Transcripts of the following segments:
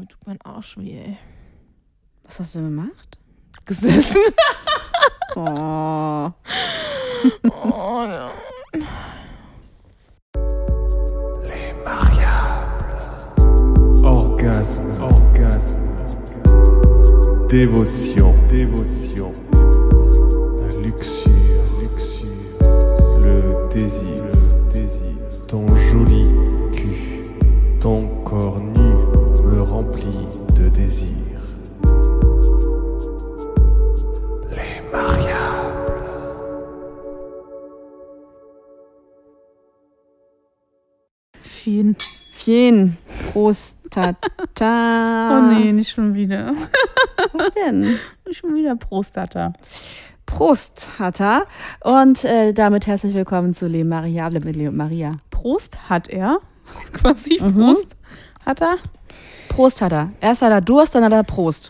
mir tut mein Arsch weh, ey. Was hast du gemacht? Gesessen. Oh. Oh, ja. Orgasme, dévotion, la luxure, le désir, ton joli cul, ton corps nu me remplit de désir. Les mariables. Fien. Prostata. Oh nee, nicht schon wieder. Was denn? Nicht schon wieder Prostata. Prostata. Und damit herzlich willkommen zu Les Mariables mit Leo und Maria. Prost hat er. Quasi Prost hat er. Prost hat er. Erst hat er Durst, dann hat er Prost.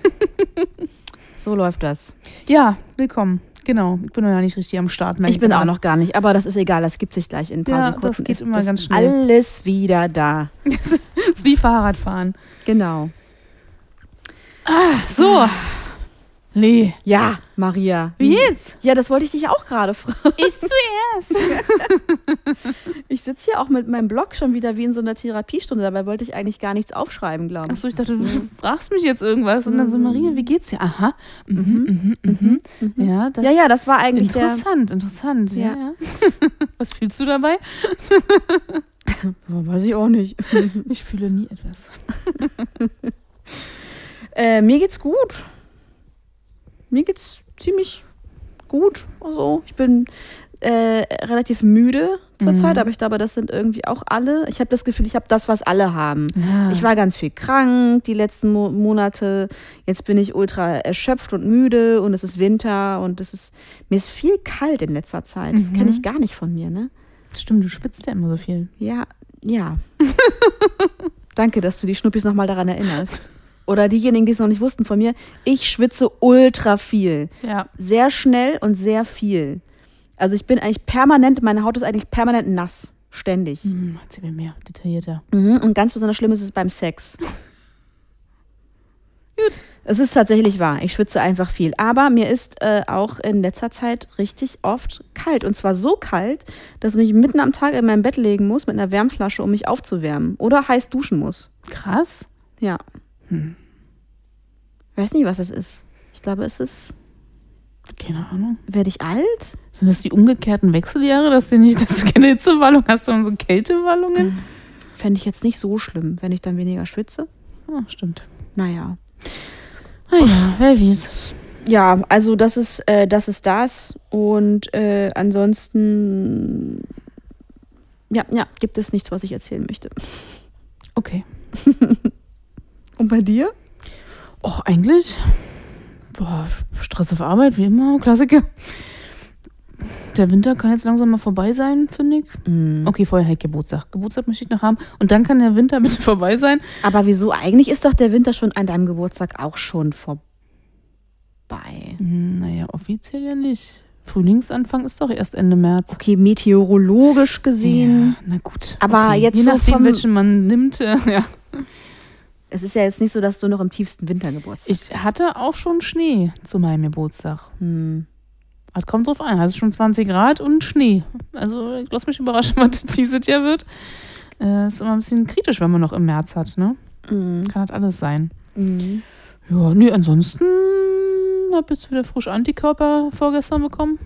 So läuft das. Ja, willkommen. Genau, ich bin noch ja nicht richtig am Start. Ich bin auch noch gar nicht, aber das ist egal, das gibt sich gleich in ein paar Sekunden. Das geht immer das ganz schnell. Alles wieder da. Das ist wie Fahrradfahren. Genau. So. Lee. Ja, Maria. Wie geht's? Ja, das wollte ich dich auch gerade fragen. Ich zuerst. Ich sitze hier auch mit meinem Blog schon wieder wie in so einer Therapiestunde. Dabei wollte ich eigentlich gar nichts aufschreiben, glaube ich. Achso, ich dachte, du fragst mich jetzt irgendwas. Und dann so, Maria, wie geht's dir? Aha. Ja, das war eigentlich interessant. Ja. Was fühlst du dabei? Weiß ich auch nicht. Ich fühle nie etwas. Mir geht's gut. Mir geht's ziemlich gut. Also ich bin relativ müde zurzeit, aber ich glaube, das sind irgendwie auch alle. Ich habe das Gefühl, ich habe das, was alle haben. Ja. Ich war ganz viel krank die letzten Monate. Jetzt bin ich ultra erschöpft und müde und es ist Winter und mir ist viel kalt in letzter Zeit. Das kenne ich gar nicht von mir, ne? Stimmt, du schwitzt ja immer so viel. Ja. Danke, dass du die Schnuppis nochmal daran erinnerst. Oder diejenigen, die es noch nicht wussten von mir, ich schwitze ultra viel. Ja. Sehr schnell und sehr viel. Also ich bin eigentlich permanent, meine Haut ist eigentlich permanent nass. Ständig. Erzähl mir mehr, detaillierter. Und ganz besonders schlimm ist es beim Sex. Gut. Es ist tatsächlich wahr, ich schwitze einfach viel. Aber mir ist auch in letzter Zeit richtig oft kalt. Und zwar so kalt, dass ich mich mitten am Tag in meinem Bett legen muss mit einer Wärmflasche, um mich aufzuwärmen. Oder heiß duschen muss. Krass. Ja. Weiß nicht, was das ist. Ich glaube, es ist... Keine Ahnung. Werde ich alt? Sind das die umgekehrten Wechseljahre, dass du keine Hitzewallung hast, sondern so Kältewallungen? Fände ich jetzt nicht so schlimm, wenn ich dann weniger schwitze. Ah, stimmt. Naja. Wer weiß. Ja, also das ist das. Und ansonsten gibt es nichts, was ich erzählen möchte. Okay. Und bei dir? Och, eigentlich, Stress auf Arbeit, wie immer, Klassiker. Der Winter kann jetzt langsam mal vorbei sein, finde ich. Okay, vorher halt Geburtstag. Geburtstag möchte ich noch haben. Und dann kann der Winter bitte vorbei sein. Aber wieso? Eigentlich ist doch der Winter schon an deinem Geburtstag auch schon vorbei. Naja, offiziell ja nicht. Frühlingsanfang ist doch erst Ende März. Okay, meteorologisch gesehen. Ja, na gut. Aber okay. jetzt je so nachdem, welchen man nimmt, ja. Es ist ja jetzt nicht so, dass du noch im tiefsten Winter Geburtstag hast. Ich hatte auch schon Schnee zu meinem Geburtstag. Das kommt drauf an. Es ist schon 20 Grad und Schnee. Also ich lass mich überraschen, was dieses Jahr wird. Ist immer ein bisschen kritisch, wenn man noch im März hat, ne? Kann halt alles sein. Ja, nee, ansonsten habe ich jetzt wieder frisch Antikörper vorgestern bekommen.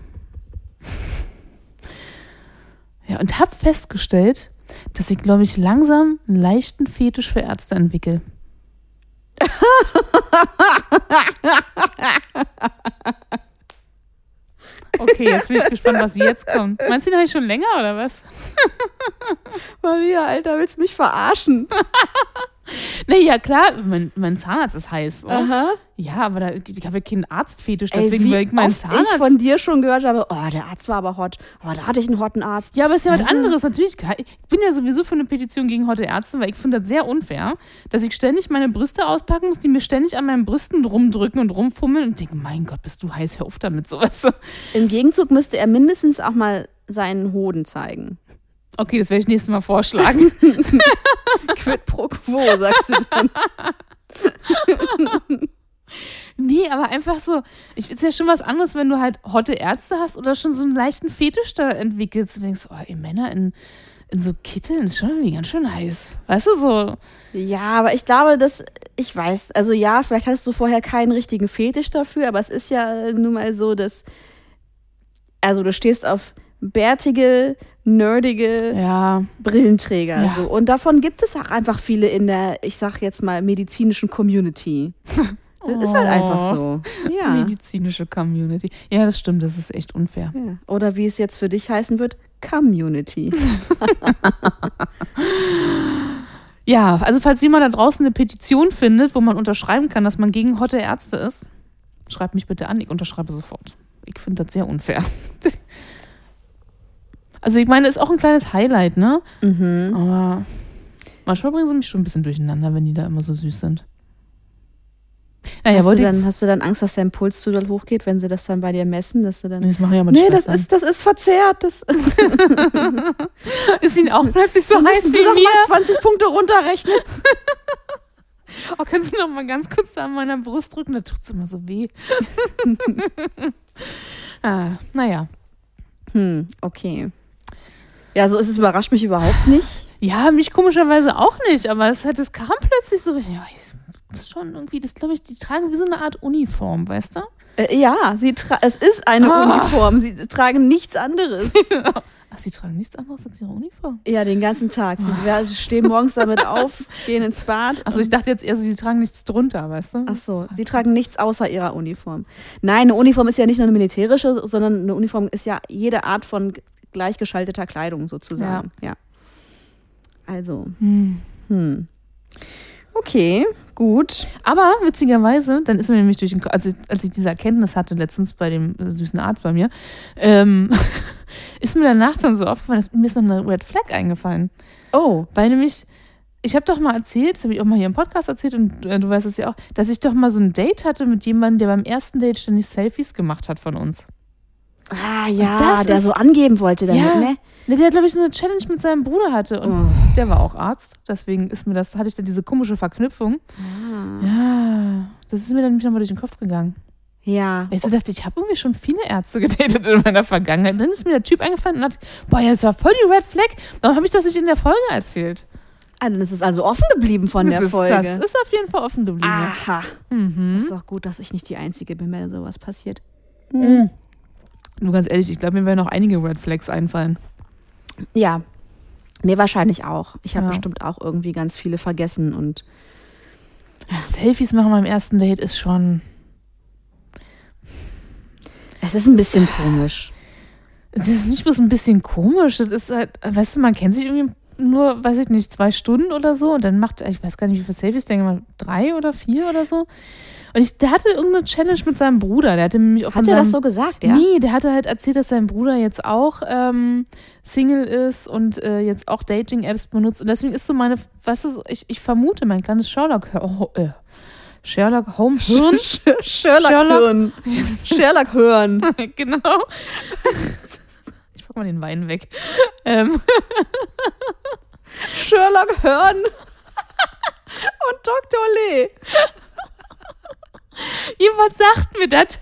Ja, und habe festgestellt, dass ich, glaube ich, langsam einen leichten Fetisch für Ärzte entwickle. Okay, jetzt bin ich gespannt, was jetzt kommt. Meinst du, den habe ich schon länger, oder was? Maria, Alter, willst du mich verarschen? Naja, klar, mein Zahnarzt ist heiß. Oder? Aha. Ja, aber ich habe ja keinen Arztfetisch, deswegen will ich meinen Zahnarzt. Ich von dir schon gehört habe, der Arzt war aber hot. Aber da hatte ich einen hotten Arzt. Ja, aber es ist ja was anderes. Natürlich, ich bin ja sowieso für eine Petition gegen hotte Ärzte, weil ich finde das sehr unfair, dass ich ständig meine Brüste auspacken muss, die mir ständig an meinen Brüsten rumdrücken und rumfummeln und denke, mein Gott, bist du heiß, hör auf damit, sowas. Im Gegenzug müsste er mindestens auch mal seinen Hoden zeigen. Okay, das werde ich nächstes Mal vorschlagen. Quid pro quo, sagst du dann. Nee, aber einfach so, ist ja schon was anderes, wenn du halt hotte Ärzte hast oder schon so einen leichten Fetisch da entwickelst. Du denkst, oh, ey, Männer in so Kitteln ist schon irgendwie ganz schön heiß. Weißt du, so. Ja, aber ich glaube, ich weiß, also ja, vielleicht hattest du vorher keinen richtigen Fetisch dafür, aber es ist ja nun mal so, dass, also du stehst auf bärtige, nerdige Brillenträger. Ja. So. Und davon gibt es auch einfach viele in der, ich sag jetzt mal, medizinischen Community. Das ist halt einfach so. Ja. Medizinische Community. Ja, das stimmt, das ist echt unfair. Ja. Oder wie es jetzt für dich heißen wird, Community. Ja, also falls jemand da draußen eine Petition findet, wo man unterschreiben kann, dass man gegen hotte Ärzte ist, schreibt mich bitte an, ich unterschreibe sofort. Ich finde das sehr unfair. Also ich meine, ist auch ein kleines Highlight, ne? Mhm. Aber manchmal bringen sie mich schon ein bisschen durcheinander, wenn die da immer so süß sind. Naja, hast du dann Angst, dass dein Puls zu doll hochgeht, wenn sie das dann bei dir messen? Dass du dann das mache ich ja mit Schwestern. das ist verzerrt. Das ist ihnen auch plötzlich so heiß wie doch mir. mal 20 Punkte runterrechnen. Oh, kannst du noch mal ganz kurz da an meiner Brust drücken? Da tut es immer so weh. Naja. Okay. Ja, so ist es, überrascht mich überhaupt nicht. Ja, mich komischerweise auch nicht, aber es kam plötzlich so, ja, schon irgendwie, das glaube ich, die tragen wie so eine Art Uniform, weißt du? Ja, es ist eine Uniform, sie tragen nichts anderes. Ach, sie tragen nichts anderes als ihre Uniform? Ja, den ganzen Tag. Sie stehen morgens damit auf, gehen ins Bad. Achso, ich dachte jetzt eher, sie tragen nichts drunter, weißt du? Achso, sie tragen nichts außer ihrer Uniform. Nein, eine Uniform ist ja nicht nur eine militärische, sondern eine Uniform ist ja jede Art von gleichgeschalteter Kleidung sozusagen. Ja. Also, Okay, gut. Aber witzigerweise, dann ist mir nämlich durch den Kopf, als ich diese Erkenntnis hatte, letztens bei dem süßen Arzt bei mir, ist mir danach dann so aufgefallen, dass mir ist noch eine Red Flag eingefallen. Oh. Weil nämlich, ich habe doch mal erzählt, das habe ich auch mal hier im Podcast erzählt und du weißt es ja auch, dass ich doch mal so ein Date hatte mit jemandem, der beim ersten Date ständig Selfies gemacht hat von uns. Ah ja, der so angeben wollte damit, ne? Ne, der, glaube ich, so eine Challenge mit seinem Bruder hatte. Und der war auch Arzt. Deswegen hatte ich dann diese komische Verknüpfung. Ja, das ist mir dann nämlich nochmal durch den Kopf gegangen. Ja. Ich so dachte, ich habe irgendwie schon viele Ärzte gedatet in meiner Vergangenheit. Und dann ist mir der Typ eingefallen und hat, boah, ja, das war voll die Red Flag. Warum habe ich das nicht in der Folge erzählt? Ah, dann ist es also offen geblieben von der Folge. Das ist auf jeden Fall offen geblieben. Aha. Das ist auch gut, dass ich nicht die Einzige bin, wenn sowas passiert. Nur ganz ehrlich, ich glaube, mir werden noch einige Red Flags einfallen. Ja, mir wahrscheinlich auch. Ich habe bestimmt auch irgendwie ganz viele vergessen. Und Selfies machen beim ersten Date ist schon... Es ist ein bisschen komisch. Das ist nicht bloß ein bisschen komisch, das ist halt, weißt du, man kennt sich irgendwie nur, weiß ich nicht, 2 Stunden oder so und dann ich weiß gar nicht, wie viele Selfies, denke mal 3 oder 4 oder so. Und der hatte irgendeine Challenge mit seinem Bruder. Der hatte nämlich auch Hat er das so gesagt, ja? Nee, der hatte halt erzählt, dass sein Bruder jetzt auch Single ist und jetzt auch Dating-Apps benutzt. Und deswegen ist so meine, weißt du, ich vermute, mein kleines Sherlock Holmes Hirn. Sherlock Hirn. Genau. Ich pack mal den Wein weg. Sherlock Hirn und Dr. Lee. Jemand sagt mir das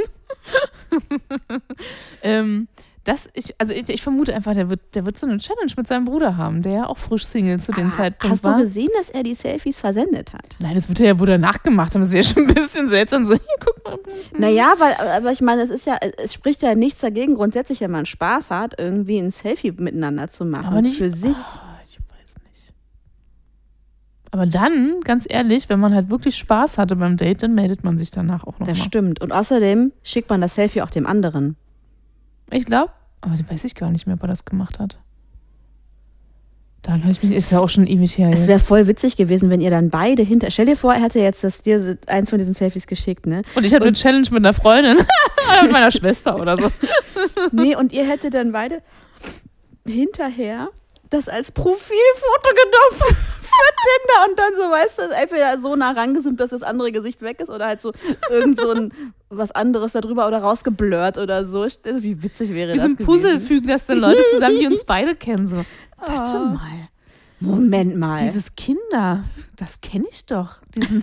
Hirn. Ich vermute einfach, der wird so eine Challenge mit seinem Bruder haben, der ja auch frisch Single zu dem Zeitpunkt war. Hast du gesehen, dass er die Selfies versendet hat? Nein, das wird er ja wohl danach gemacht haben. Das wäre schon ein bisschen seltsam. So, hier, guck mal. Naja, aber ich meine, es spricht ja nichts dagegen, grundsätzlich, wenn man Spaß hat, irgendwie ein Selfie miteinander zu machen. Aber nicht für sich. Ich weiß nicht. Aber dann, ganz ehrlich, wenn man halt wirklich Spaß hatte beim Date, dann meldet man sich danach auch noch. Das stimmt. Und außerdem schickt man das Selfie auch dem anderen. Ich glaube, aber das weiß ich gar nicht mehr, ob er das gemacht hat. Da kann ich mich, ist ja auch schon ewig her. Es wäre voll witzig gewesen, wenn ihr dann beide stell dir vor, er hätte jetzt dir eins von diesen Selfies geschickt, ne? Und ich hatte eine Challenge mit einer Freundin oder mit meiner Schwester oder so. Nee, und ihr hättet dann beide hinterher das als Profilfoto genommen für Tinder und dann so, weißt du, entweder so nah rangezoomt, dass das andere Gesicht weg ist oder halt so irgend so ein was anderes darüber oder rausgeblurrt oder so. Wie witzig wäre das gewesen? Wie so ein Puzzle fügen das dann Leute zusammen, die uns beide kennen. So. Warte mal. Moment mal. Dieses Kinder, das kenne ich doch.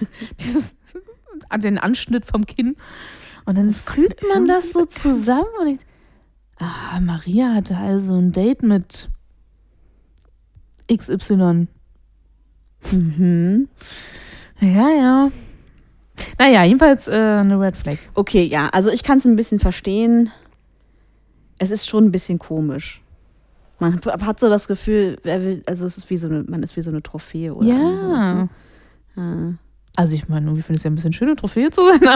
Den Anschnitt vom Kinn. Und dann fügt man das so zusammen und ich, Maria hatte also ein Date mit XY. Mhm. Ja. Naja, jedenfalls eine Red Flag. Okay, ja, also ich kann es ein bisschen verstehen. Es ist schon ein bisschen komisch. Man hat so das Gefühl, es ist man ist wie so eine Trophäe oder irgendwie sowas, ne? Ja. Also ich meine, irgendwie finde ich es ja ein bisschen schön, eine Trophäe zu sein.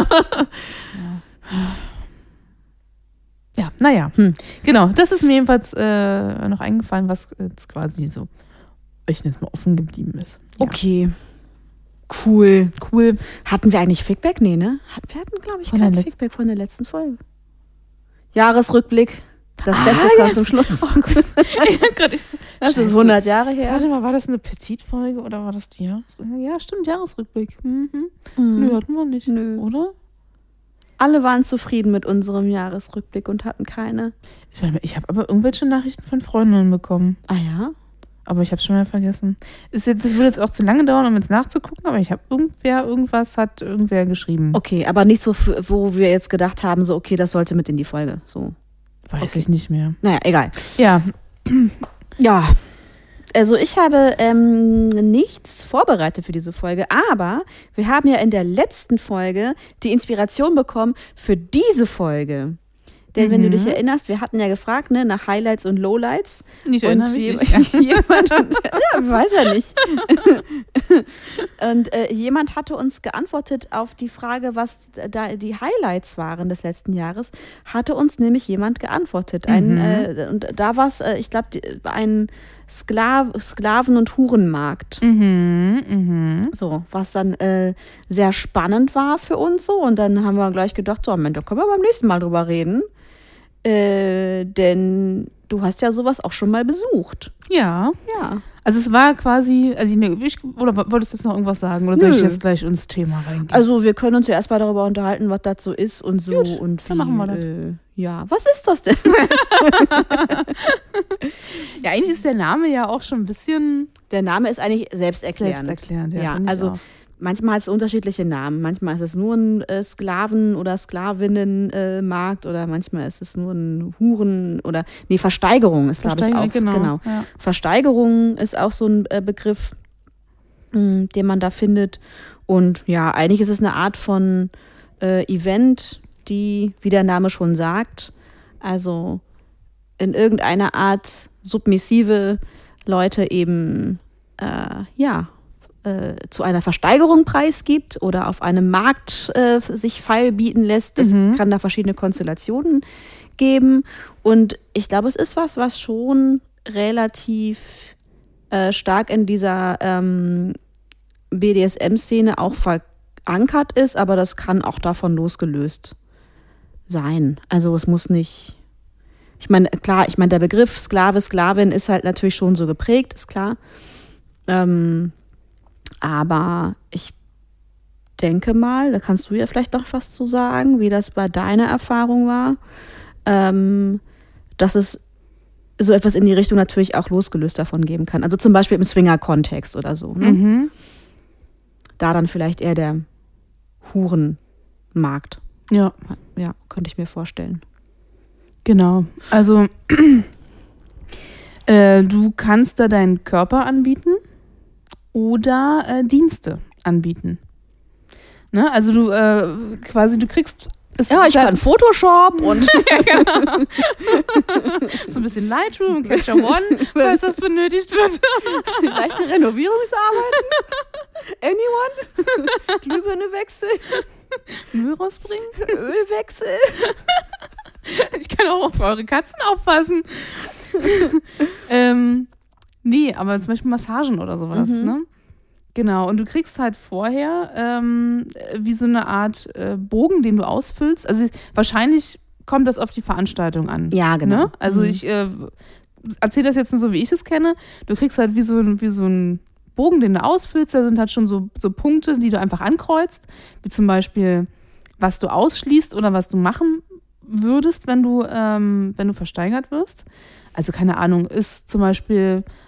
Ja, naja. Genau, das ist mir jedenfalls noch eingefallen, was jetzt quasi so, ich nenne es mal, offen geblieben ist. Ja. Okay. Cool. Hatten wir eigentlich Feedback? Nee, ne? Wir hatten, glaube ich, von kein Feedback von der letzten Folge. Jahresrückblick. Das Beste kommt zum Schluss. Oh gut. Das ist 100 Jahre her. Warte mal, war das eine Petitfolge oder war das die Jahresrückblick? Ja, stimmt, Jahresrückblick. Nö, hatten wir nicht. Nö. Oder? Alle waren zufrieden mit unserem Jahresrückblick und hatten keine. Ich habe aber irgendwelche Nachrichten von Freundinnen bekommen. Ah ja? Aber ich habe es schon mal vergessen. Das würde jetzt auch zu lange dauern, um jetzt nachzugucken, aber ich habe irgendwas hat irgendwer geschrieben. Okay, aber nicht so, wo wir jetzt gedacht haben, so okay, das sollte mit in die Folge. So. Weiß ich nicht mehr. Naja, egal. Ja. Ja. Also ich habe nichts vorbereitet für diese Folge, aber wir haben ja in der letzten Folge die Inspiration bekommen für diese Folge. Denn wenn du dich erinnerst, wir hatten ja gefragt, ne, nach Highlights und Lowlights. Ich erinnere mich nicht. Jemand, weiß ja nicht. Und jemand hatte uns geantwortet auf die Frage, was da die Highlights waren des letzten Jahres, hatte uns nämlich jemand geantwortet. Und da war es, ich glaube, ein Sklaven- und Hurenmarkt. So, was dann sehr spannend war für uns so. Und dann haben wir gleich gedacht, so, Mensch, da können wir beim nächsten Mal drüber reden. Denn du hast ja sowas auch schon mal besucht. Ja. Also es war quasi, oder wolltest du jetzt noch irgendwas sagen? Oder soll ich jetzt gleich ins Thema reingehen? Also wir können uns ja erstmal darüber unterhalten, was das so ist und so. Gut, und wie, dann machen wir das. Ja, was ist das denn? Ja, eigentlich ist der Name ja auch schon ein bisschen... Der Name ist eigentlich selbsterklärend. Selbsterklärend, ja. Also manchmal hat es unterschiedliche Namen. Manchmal ist es nur ein Sklaven- oder Sklavinnenmarkt oder manchmal ist es nur ein Versteigerung ist, glaube ich, auch. Genau. Ja. Versteigerung ist auch so ein Begriff, den man da findet. Und ja, eigentlich ist es eine Art von Event, die, wie der Name schon sagt, also in irgendeiner Art submissive Leute eben, zu einer Versteigerung preisgibt oder auf einem Markt sich feil bieten lässt. Das kann da verschiedene Konstellationen geben. Und ich glaube, es ist was schon relativ stark in dieser BDSM-Szene auch verankert ist, aber das kann auch davon losgelöst sein. Also es muss nicht... Ich meine, klar, der Begriff Sklave, Sklavin ist halt natürlich schon so geprägt, ist klar. Aber ich denke mal, da kannst du ja vielleicht noch was zu sagen, wie das bei deiner Erfahrung war, dass es so etwas in die Richtung natürlich auch losgelöst davon geben kann. Also zum Beispiel im Swinger-Kontext oder so. Ne? Da dann vielleicht eher der Hurenmarkt. Ja. Ja, könnte ich mir vorstellen. Genau. Also du kannst da deinen Körper anbieten oder Dienste anbieten. Ne? Also du kriegst... ich kann Photoshop und genau. So ein bisschen Lightroom, Capture One, falls das benötigt wird. Leichte Renovierungsarbeiten. Anyone? Glühbirne wechseln. Müll rausbringen. Ölwechsel. Ich kann auch auf eure Katzen aufpassen. Nee, aber zum Beispiel Massagen oder sowas, ne? Genau, und du kriegst halt vorher wie so eine Art Bogen, den du ausfüllst. Also wahrscheinlich kommt das auf die Veranstaltung an. Ja, genau. Ne? Also ich erzähle das jetzt nur so, wie ich es kenne. Du kriegst halt wie so ein Bogen, den du ausfüllst. Da sind halt schon so Punkte, die du einfach ankreuzt. Wie zum Beispiel, was du ausschließt oder was du machen würdest, wenn du versteigert wirst. Also keine Ahnung, ist zum Beispiel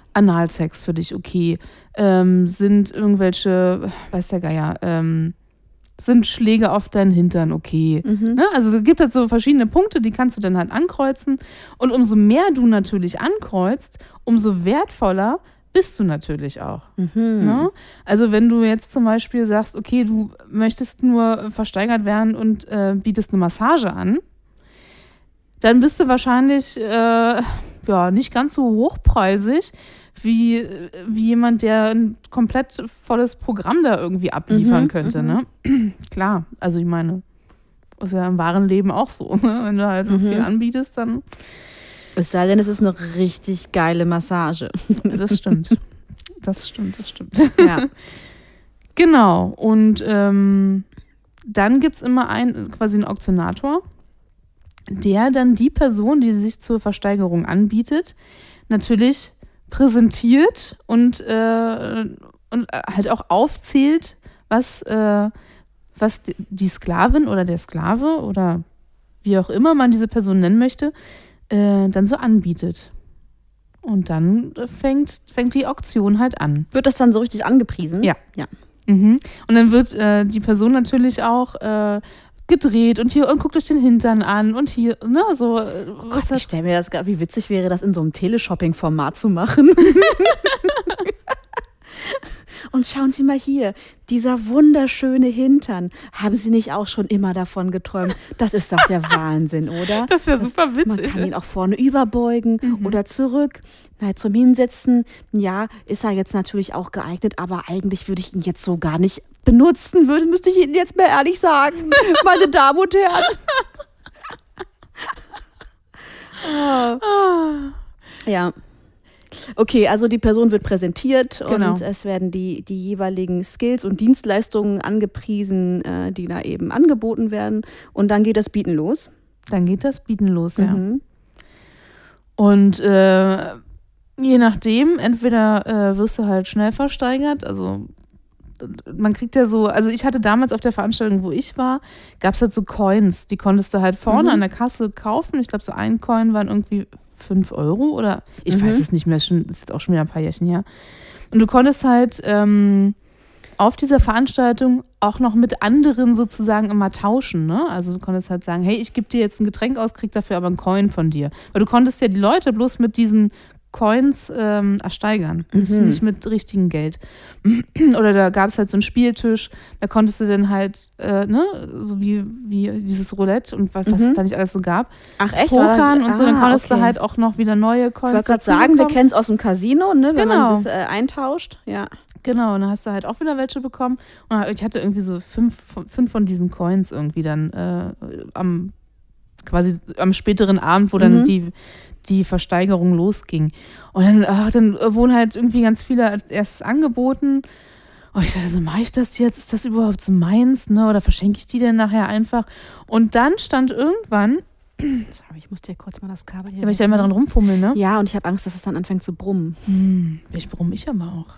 Analsex für dich okay? Sind irgendwelche, weiß der Geier, sind Schläge auf deinen Hintern okay? Ne? Also es gibt halt so verschiedene Punkte, die kannst du dann halt ankreuzen. Und umso mehr du natürlich ankreuzt, umso wertvoller bist du natürlich auch. Ne? Also wenn du jetzt zum Beispiel sagst, okay, du möchtest nur versteigert werden und bietest eine Massage an, dann bist du wahrscheinlich nicht ganz so hochpreisig wie jemand, der ein komplett volles Programm da irgendwie abliefern könnte. Ne? Klar, also ich meine, ist ja im wahren Leben auch so. Ne? Wenn du halt viel anbietest, dann... Es sei denn, es ist eine richtig geile Massage. Das stimmt. Das stimmt. Ja. Genau. Und dann gibt es immer quasi einen Auktionator, der dann die Person, die sich zur Versteigerung anbietet, natürlich präsentiert und halt auch aufzählt, was die Sklavin oder der Sklave oder wie auch immer man diese Person nennen möchte, dann so anbietet. Und dann fängt die Auktion halt an. Wird das dann so richtig angepriesen? Ja. Und dann wird die Person natürlich auch gedreht und guckt euch den Hintern an und hier, ne, so. Gott, ich stelle mir das gerade, wie witzig wäre das in so einem Teleshopping-Format zu machen. Und schauen Sie mal hier, dieser wunderschöne Hintern. Haben Sie nicht auch schon immer davon geträumt? Das ist doch der Wahnsinn, oder? Das wäre super witzig. Man kann ihn auch vorne überbeugen oder zurück. Zum Hinsetzen, ja, ist er jetzt natürlich auch geeignet, aber eigentlich würde ich ihn jetzt so gar nicht benutzen. Müsste ich Ihnen jetzt mal ehrlich sagen, meine Damen und Herren. Ja. Okay, also die Person wird präsentiert und es werden die jeweiligen Skills und Dienstleistungen angepriesen, die da eben angeboten werden. Und dann geht das Bieten los. Ja. Und je nachdem, entweder wirst du halt schnell versteigert, also man kriegt ja so, also ich hatte damals auf der Veranstaltung, wo ich war, gab es halt so Coins, die konntest du halt vorne an der Kasse kaufen. Ich glaube, so ein Coin waren irgendwie 5 Euro oder ich weiß es nicht mehr, das ist jetzt auch schon wieder ein paar Jährchen her. Und du konntest halt auf dieser Veranstaltung auch noch mit anderen sozusagen immer tauschen, ne? Also du konntest halt sagen, hey, ich gebe dir jetzt ein Getränk aus, krieg dafür aber einen Coin von dir. Weil du konntest ja die Leute bloß mit diesen Coins ersteigern, nicht mit richtigem Geld. Oder da gab es halt so einen Spieltisch, da konntest du dann halt, so wie dieses Roulette und was es da nicht alles so gab. Ach echt? Pokern und so, dann konntest du halt auch noch wieder neue Coins. Ich wollte gerade sagen, wir kennen es aus dem Casino, ne, wenn man das eintauscht. Ja. Genau, und dann hast du halt auch wieder welche bekommen. Und ich hatte irgendwie so 5 von diesen Coins irgendwie dann am späteren Abend, wo dann die Versteigerung losging. Und dann wurden halt irgendwie ganz viele als erstes angeboten. Und ich dachte so, mache ich das jetzt? Ist das überhaupt so meins? Ne? Oder verschenke ich die denn nachher einfach? Und dann stand irgendwann... Sorry, ich muss dir kurz mal das Kabel hier... Ja, weil ich da immer dran rumfummeln, ne? Ja, und ich habe Angst, dass es dann anfängt zu brummen. Ich brumme ich aber auch.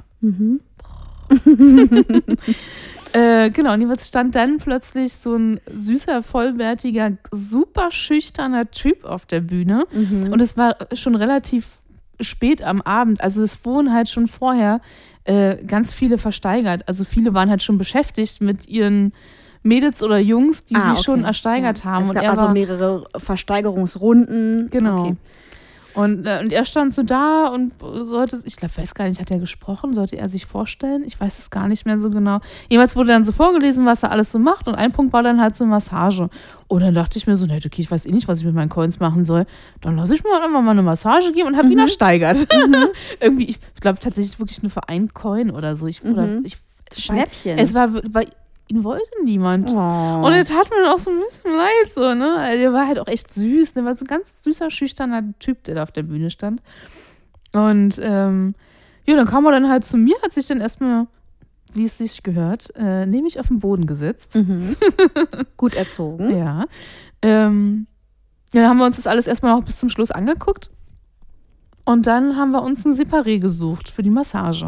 Genau, und jeweils stand dann plötzlich so ein süßer, vollbärtiger, super schüchterner Typ auf der Bühne. Und es war schon relativ spät am Abend. Also es wurden halt schon vorher ganz viele versteigert. Also viele waren halt schon beschäftigt mit ihren Mädels oder Jungs, die sie schon ersteigert haben. Es gab also mehrere Versteigerungsrunden. Genau. Okay. Und er stand so da und weiß gar nicht, hat er gesprochen? Sollte er sich vorstellen? Ich weiß es gar nicht mehr so genau. Jedenfalls wurde dann so vorgelesen, was er alles so macht und ein Punkt war dann halt so Massage. Und dann dachte ich mir so, okay, ich weiß eh nicht, was ich mit meinen Coins machen soll. Dann lasse ich mir einfach mal eine Massage geben und habe ihn ersteigert. Irgendwie, ich glaube tatsächlich wirklich nur für einen Coin oder so. Schnäppchen. Es war ihn wollte niemand. Oh. Und er tat mir dann auch so ein bisschen leid, so, ne? Also, er war halt auch echt süß, ne? War so ein ganz süßer, schüchterner Typ, der da auf der Bühne stand. Und dann kam er dann halt zu mir, hat sich dann erstmal, wie es sich gehört, nämlich auf den Boden gesetzt. Gut erzogen. Ja. Dann haben wir uns das alles erstmal noch bis zum Schluss angeguckt. Und dann haben wir uns ein Separé gesucht für die Massage.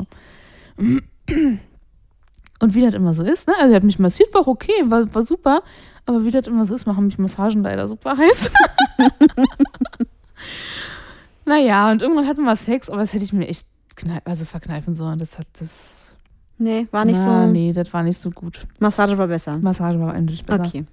Und wie das immer so ist, ne? Also er hat mich massiert, war auch okay, war super. Aber wie das immer so ist, machen mich Massagen leider super heiß. Naja, und irgendwann hatten wir Sex, aber das hätte ich mir echt verkneifen sollen. Das Nee, war nicht so. Nee, das war nicht so gut. Massage war besser. Massage war eindeutig besser. Okay.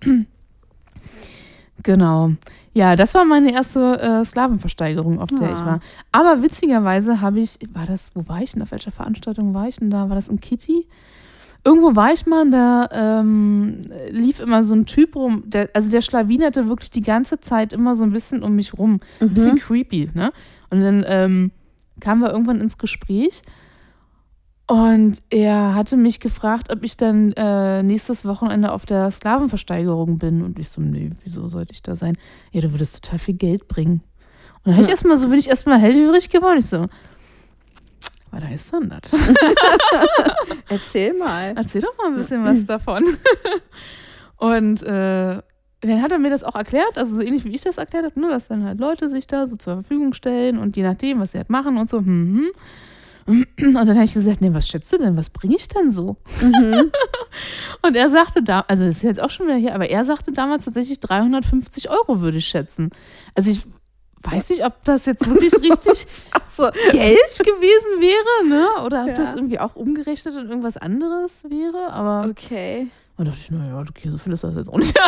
Genau. Ja, das war meine erste Sklavenversteigerung, auf der ich war. Aber witzigerweise wo war ich denn? Auf welcher Veranstaltung war ich denn da? War das in Kitty? Irgendwo war ich mal und da lief immer so ein Typ rum, der schlawinerte wirklich die ganze Zeit immer so ein bisschen um mich rum. Ein bisschen creepy, ne? Und dann kamen wir irgendwann ins Gespräch und er hatte mich gefragt, ob ich dann nächstes Wochenende auf der Sklavenversteigerung bin. Und ich so, nee, wieso sollte ich da sein? Ja, du würdest total viel Geld bringen. Und dann bin ich erstmal hellhörig geworden. Ich so, was heißt denn das? Erzähl mal. Erzähl doch mal ein bisschen was davon. Und dann hat er mir das auch erklärt, also so ähnlich wie ich das erklärt habe, nur dass dann halt Leute sich da so zur Verfügung stellen und je nachdem, was sie halt machen und so. Und dann habe ich gesagt, nee, was schätzt du denn? Was bringe ich denn so? Und er sagte also das ist jetzt auch schon wieder hier, aber er sagte damals tatsächlich 350 € würde ich schätzen. Also ich weiß nicht, ob das jetzt wirklich richtig Geld gewesen wäre, ne? Oder ob das irgendwie auch umgerechnet in irgendwas anderes wäre, aber okay. Und da dachte ich, naja, okay, so viel ist das jetzt auch nicht.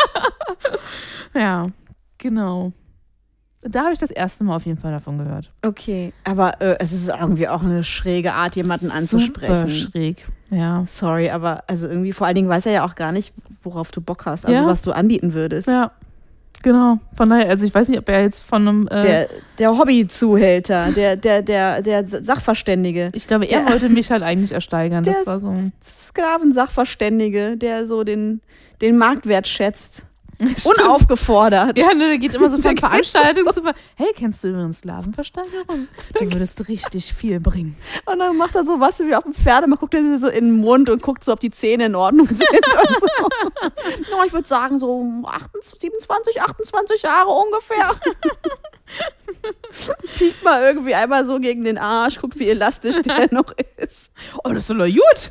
Ja, genau. Da habe ich das erste Mal auf jeden Fall davon gehört. Okay, aber es ist irgendwie auch eine schräge Art, jemanden anzusprechen. Super schräg, ja. Sorry, aber also irgendwie vor allen Dingen weiß er ja auch gar nicht, worauf du Bock hast, also was du anbieten würdest. Ja, genau. Von daher, also ich weiß nicht, ob er jetzt von einem... Der Hobbyzuhälter, der Sachverständige. Ich glaube, er wollte mich halt eigentlich ersteigern. Das war so Sklavensachverständige, der so den Marktwert schätzt. Unaufgefordert. Ja, ne, der geht immer so von Veranstaltung zu Hey, kennst du übrigens Sklavenversteigerung? Du würdest richtig viel bringen. Und dann macht er so was wie auf dem Pferd, man guckt er so in den Mund und guckt so, ob die Zähne in Ordnung sind und so. No, ich würde sagen so 27, 28 Jahre ungefähr. Piekt mal irgendwie einmal so gegen den Arsch, guckt, wie elastisch der noch ist. Oh, das ist doch gut.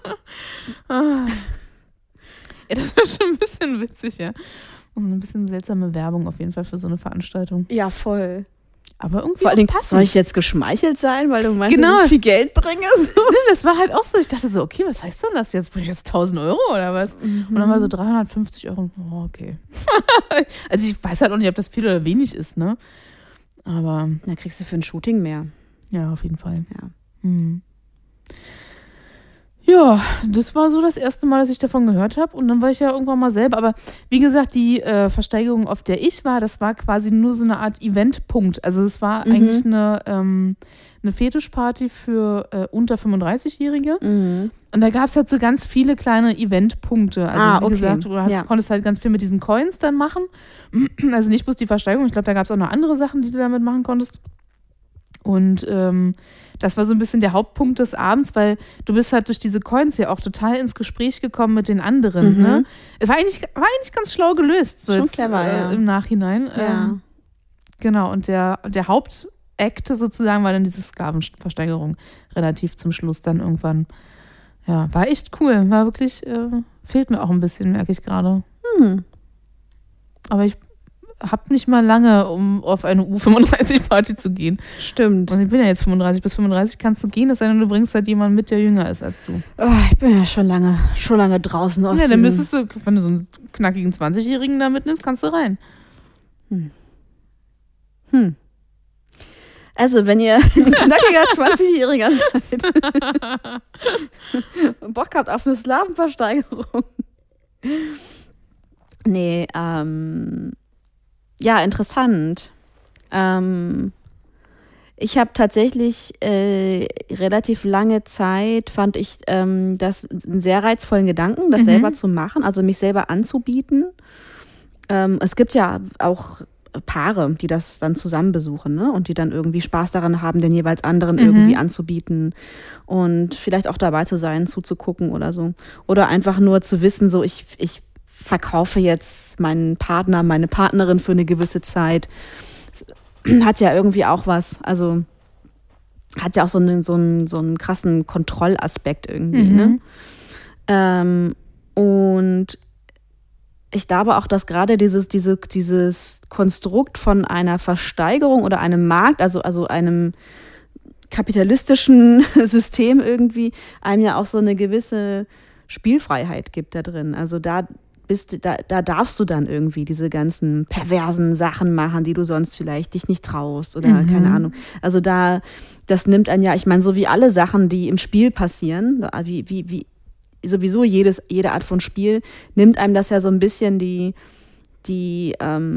Ja, das war schon ein bisschen witzig, ja. Und ein bisschen seltsame Werbung auf jeden Fall für so eine Veranstaltung. Ja, voll. Aber irgendwie vor allem, passend. Soll ich jetzt geschmeichelt sein, weil du meinst, genau, dass ich viel Geld bringe? So? Das war halt auch so. Ich dachte so, okay, was heißt denn das jetzt? Bringe ich jetzt 1.000 € oder was? Und dann war so 350 €. Oh, okay. Also ich weiß halt auch nicht, ob das viel oder wenig ist, ne? Aber... Da kriegst du für ein Shooting mehr. Ja, auf jeden Fall. Ja. Ja, das war so das erste Mal, dass ich davon gehört habe. Und dann war ich ja irgendwann mal selber. Aber wie gesagt, die Versteigerung, auf der ich war, das war quasi nur so eine Art Eventpunkt. Also es war eigentlich eine Fetischparty für unter 35-Jährige. Und da gab es halt so ganz viele kleine Eventpunkte. Also wie gesagt, du konntest halt ganz viel mit diesen Coins dann machen. Also nicht bloß die Versteigerung. Ich glaube, da gab es auch noch andere Sachen, die du damit machen konntest. Und das war so ein bisschen der Hauptpunkt des Abends, weil du bist halt durch diese Coins ja auch total ins Gespräch gekommen mit den anderen. Ne? War eigentlich ganz schlau gelöst. So schon jetzt, clever, ja. Im Nachhinein. Ja. Genau, und der Hauptakt sozusagen war dann diese Sklavenversteigerung relativ zum Schluss dann irgendwann. Ja, war echt cool. War wirklich, fehlt mir auch ein bisschen, merke ich gerade. Aber ich habe nicht mal lange, um auf eine U35-Party zu gehen. Stimmt. Und ich bin ja jetzt 35. Bis 35 kannst du gehen, es sei denn, du bringst halt jemanden mit, der jünger ist als du. Oh, ich bin ja schon lange draußen aus dann müsstest du, wenn du so einen knackigen 20-Jährigen da mitnimmst, kannst du rein. Also, wenn ihr ein knackiger 20-Jähriger seid und Bock habt auf eine Sklavenversteigerung. Nee, ja, interessant. Ich habe tatsächlich relativ lange Zeit, fand ich das einen sehr reizvollen Gedanken, das selber zu machen, also mich selber anzubieten. Es gibt ja auch Paare, die das dann zusammen besuchen, ne? Und die dann irgendwie Spaß daran haben, den jeweils anderen irgendwie anzubieten und vielleicht auch dabei zu sein, zuzugucken oder so. Oder einfach nur zu wissen, so ich verkaufe jetzt meinen Partner, meine Partnerin für eine gewisse Zeit. Das hat ja irgendwie auch was, also hat ja auch so einen krassen Kontrollaspekt irgendwie, ne? Und ich glaube auch, dass gerade dieses Konstrukt von einer Versteigerung oder einem Markt, also einem kapitalistischen System irgendwie einem ja auch so eine gewisse Spielfreiheit gibt da drin. Also da darfst du dann irgendwie diese ganzen perversen Sachen machen, die du sonst vielleicht dich nicht traust oder keine Ahnung. Also das nimmt einen ja, ich meine, so wie alle Sachen, die im Spiel passieren, wie sowieso jede Art von Spiel, nimmt einem das ja so ein bisschen ich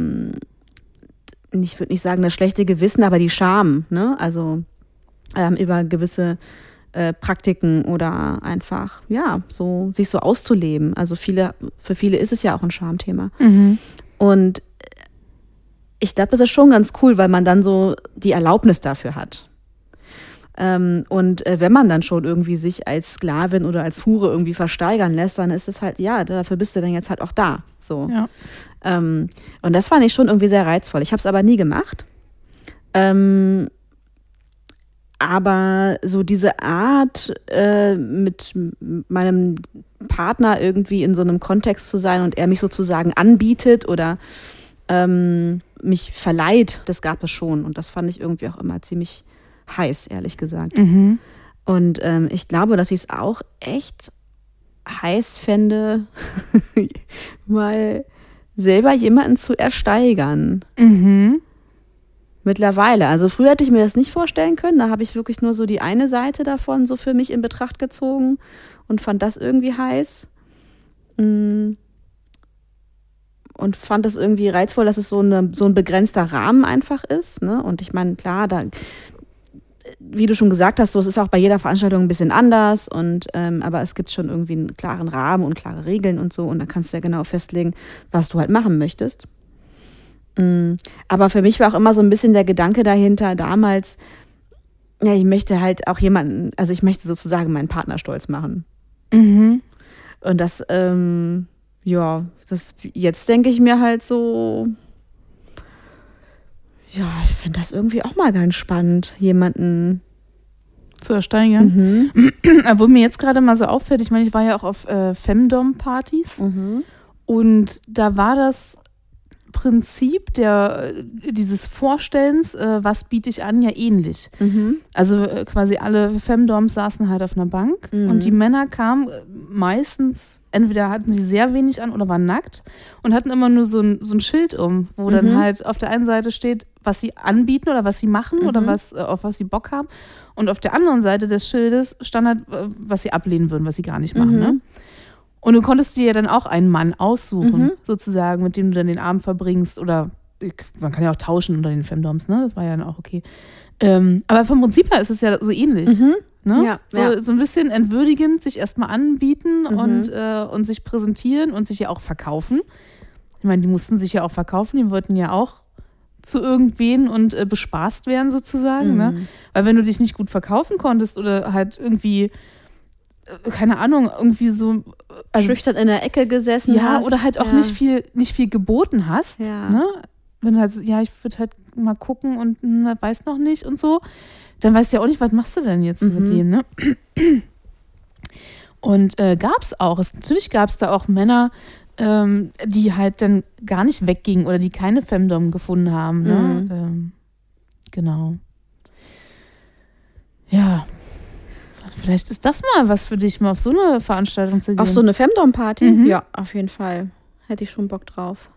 würde nicht sagen das schlechte Gewissen, aber die Scham, ne? Also über gewisse Praktiken oder einfach, ja, so sich so auszuleben. Also für viele ist es ja auch ein Schamthema. Und ich glaube, das ist schon ganz cool, weil man dann so die Erlaubnis dafür hat. Und wenn man dann schon irgendwie sich als Sklavin oder als Hure irgendwie versteigern lässt, dann ist es halt, ja, dafür bist du dann jetzt halt auch da. So. Ja. Und das fand ich schon irgendwie sehr reizvoll. Ich habe es aber nie gemacht. Aber so diese Art, mit meinem Partner irgendwie in so einem Kontext zu sein und er mich sozusagen anbietet oder mich verleiht, das gab es schon. Und das fand ich irgendwie auch immer ziemlich heiß, ehrlich gesagt. Und ich glaube, dass ich es auch echt heiß fände, mal selber jemanden zu ersteigern. Mittlerweile. Also früher hätte ich mir das nicht vorstellen können. Da habe ich wirklich nur so die eine Seite davon so für mich in Betracht gezogen und fand das irgendwie heiß. Und fand das irgendwie reizvoll, dass es so ein begrenzter Rahmen einfach ist. Ne? Und ich meine, klar, wie du schon gesagt hast, so, es ist auch bei jeder Veranstaltung ein bisschen anders. Aber es gibt schon irgendwie einen klaren Rahmen und klare Regeln und so. Und da kannst du ja genau festlegen, was du halt machen möchtest. Aber für mich war auch immer so ein bisschen der Gedanke dahinter damals, ja, ich möchte halt auch jemanden, also ich möchte sozusagen meinen Partner stolz machen. Und das, jetzt denke ich mir halt so, ja, ich finde das irgendwie auch mal ganz spannend, jemanden zu ersteigern. Obwohl mir jetzt gerade mal so auffällt, ich meine, ich war ja auch auf Femdom-Partys und da war das Prinzip dieses Vorstellens, was biete ich an, ja ähnlich. Also quasi alle Femdoms saßen halt auf einer Bank und die Männer kamen meistens, entweder hatten sie sehr wenig an oder waren nackt und hatten immer nur so ein Schild wo dann halt auf der einen Seite steht, was sie anbieten oder was sie machen oder auf was sie Bock haben. Und auf der anderen Seite des Schildes stand halt, was sie ablehnen würden, was sie gar nicht machen. Ne? Und du konntest dir ja dann auch einen Mann aussuchen, sozusagen, mit dem du dann den Abend verbringst. Oder man kann ja auch tauschen unter den Femdoms, ne? Das war ja dann auch okay. Aber vom Prinzip her ist es ja so ähnlich. Ne? Ja, so ein bisschen entwürdigend, sich erstmal anbieten und sich präsentieren und sich ja auch verkaufen. Ich meine, die mussten sich ja auch verkaufen, die wollten ja auch zu irgendwen und bespaßt werden sozusagen. Ne? Weil wenn du dich nicht gut verkaufen konntest oder halt irgendwie keine Ahnung, irgendwie so schüchtern in der Ecke gesessen hast. Ja, oder halt auch nicht viel geboten hast. Ja. Ne? Wenn du halt, ja, ich würde halt mal gucken und weiß noch nicht und so, dann weißt du ja auch nicht, was machst du denn jetzt mit dem, ne? Und natürlich gab es da auch Männer, die halt dann gar nicht weggingen oder die keine Femdom gefunden haben. Ne? Genau. Ja. Vielleicht ist das mal was für dich, mal auf so eine Veranstaltung zu gehen. Auf so eine Femdom-Party? Ja, auf jeden Fall. Hätte ich schon Bock drauf.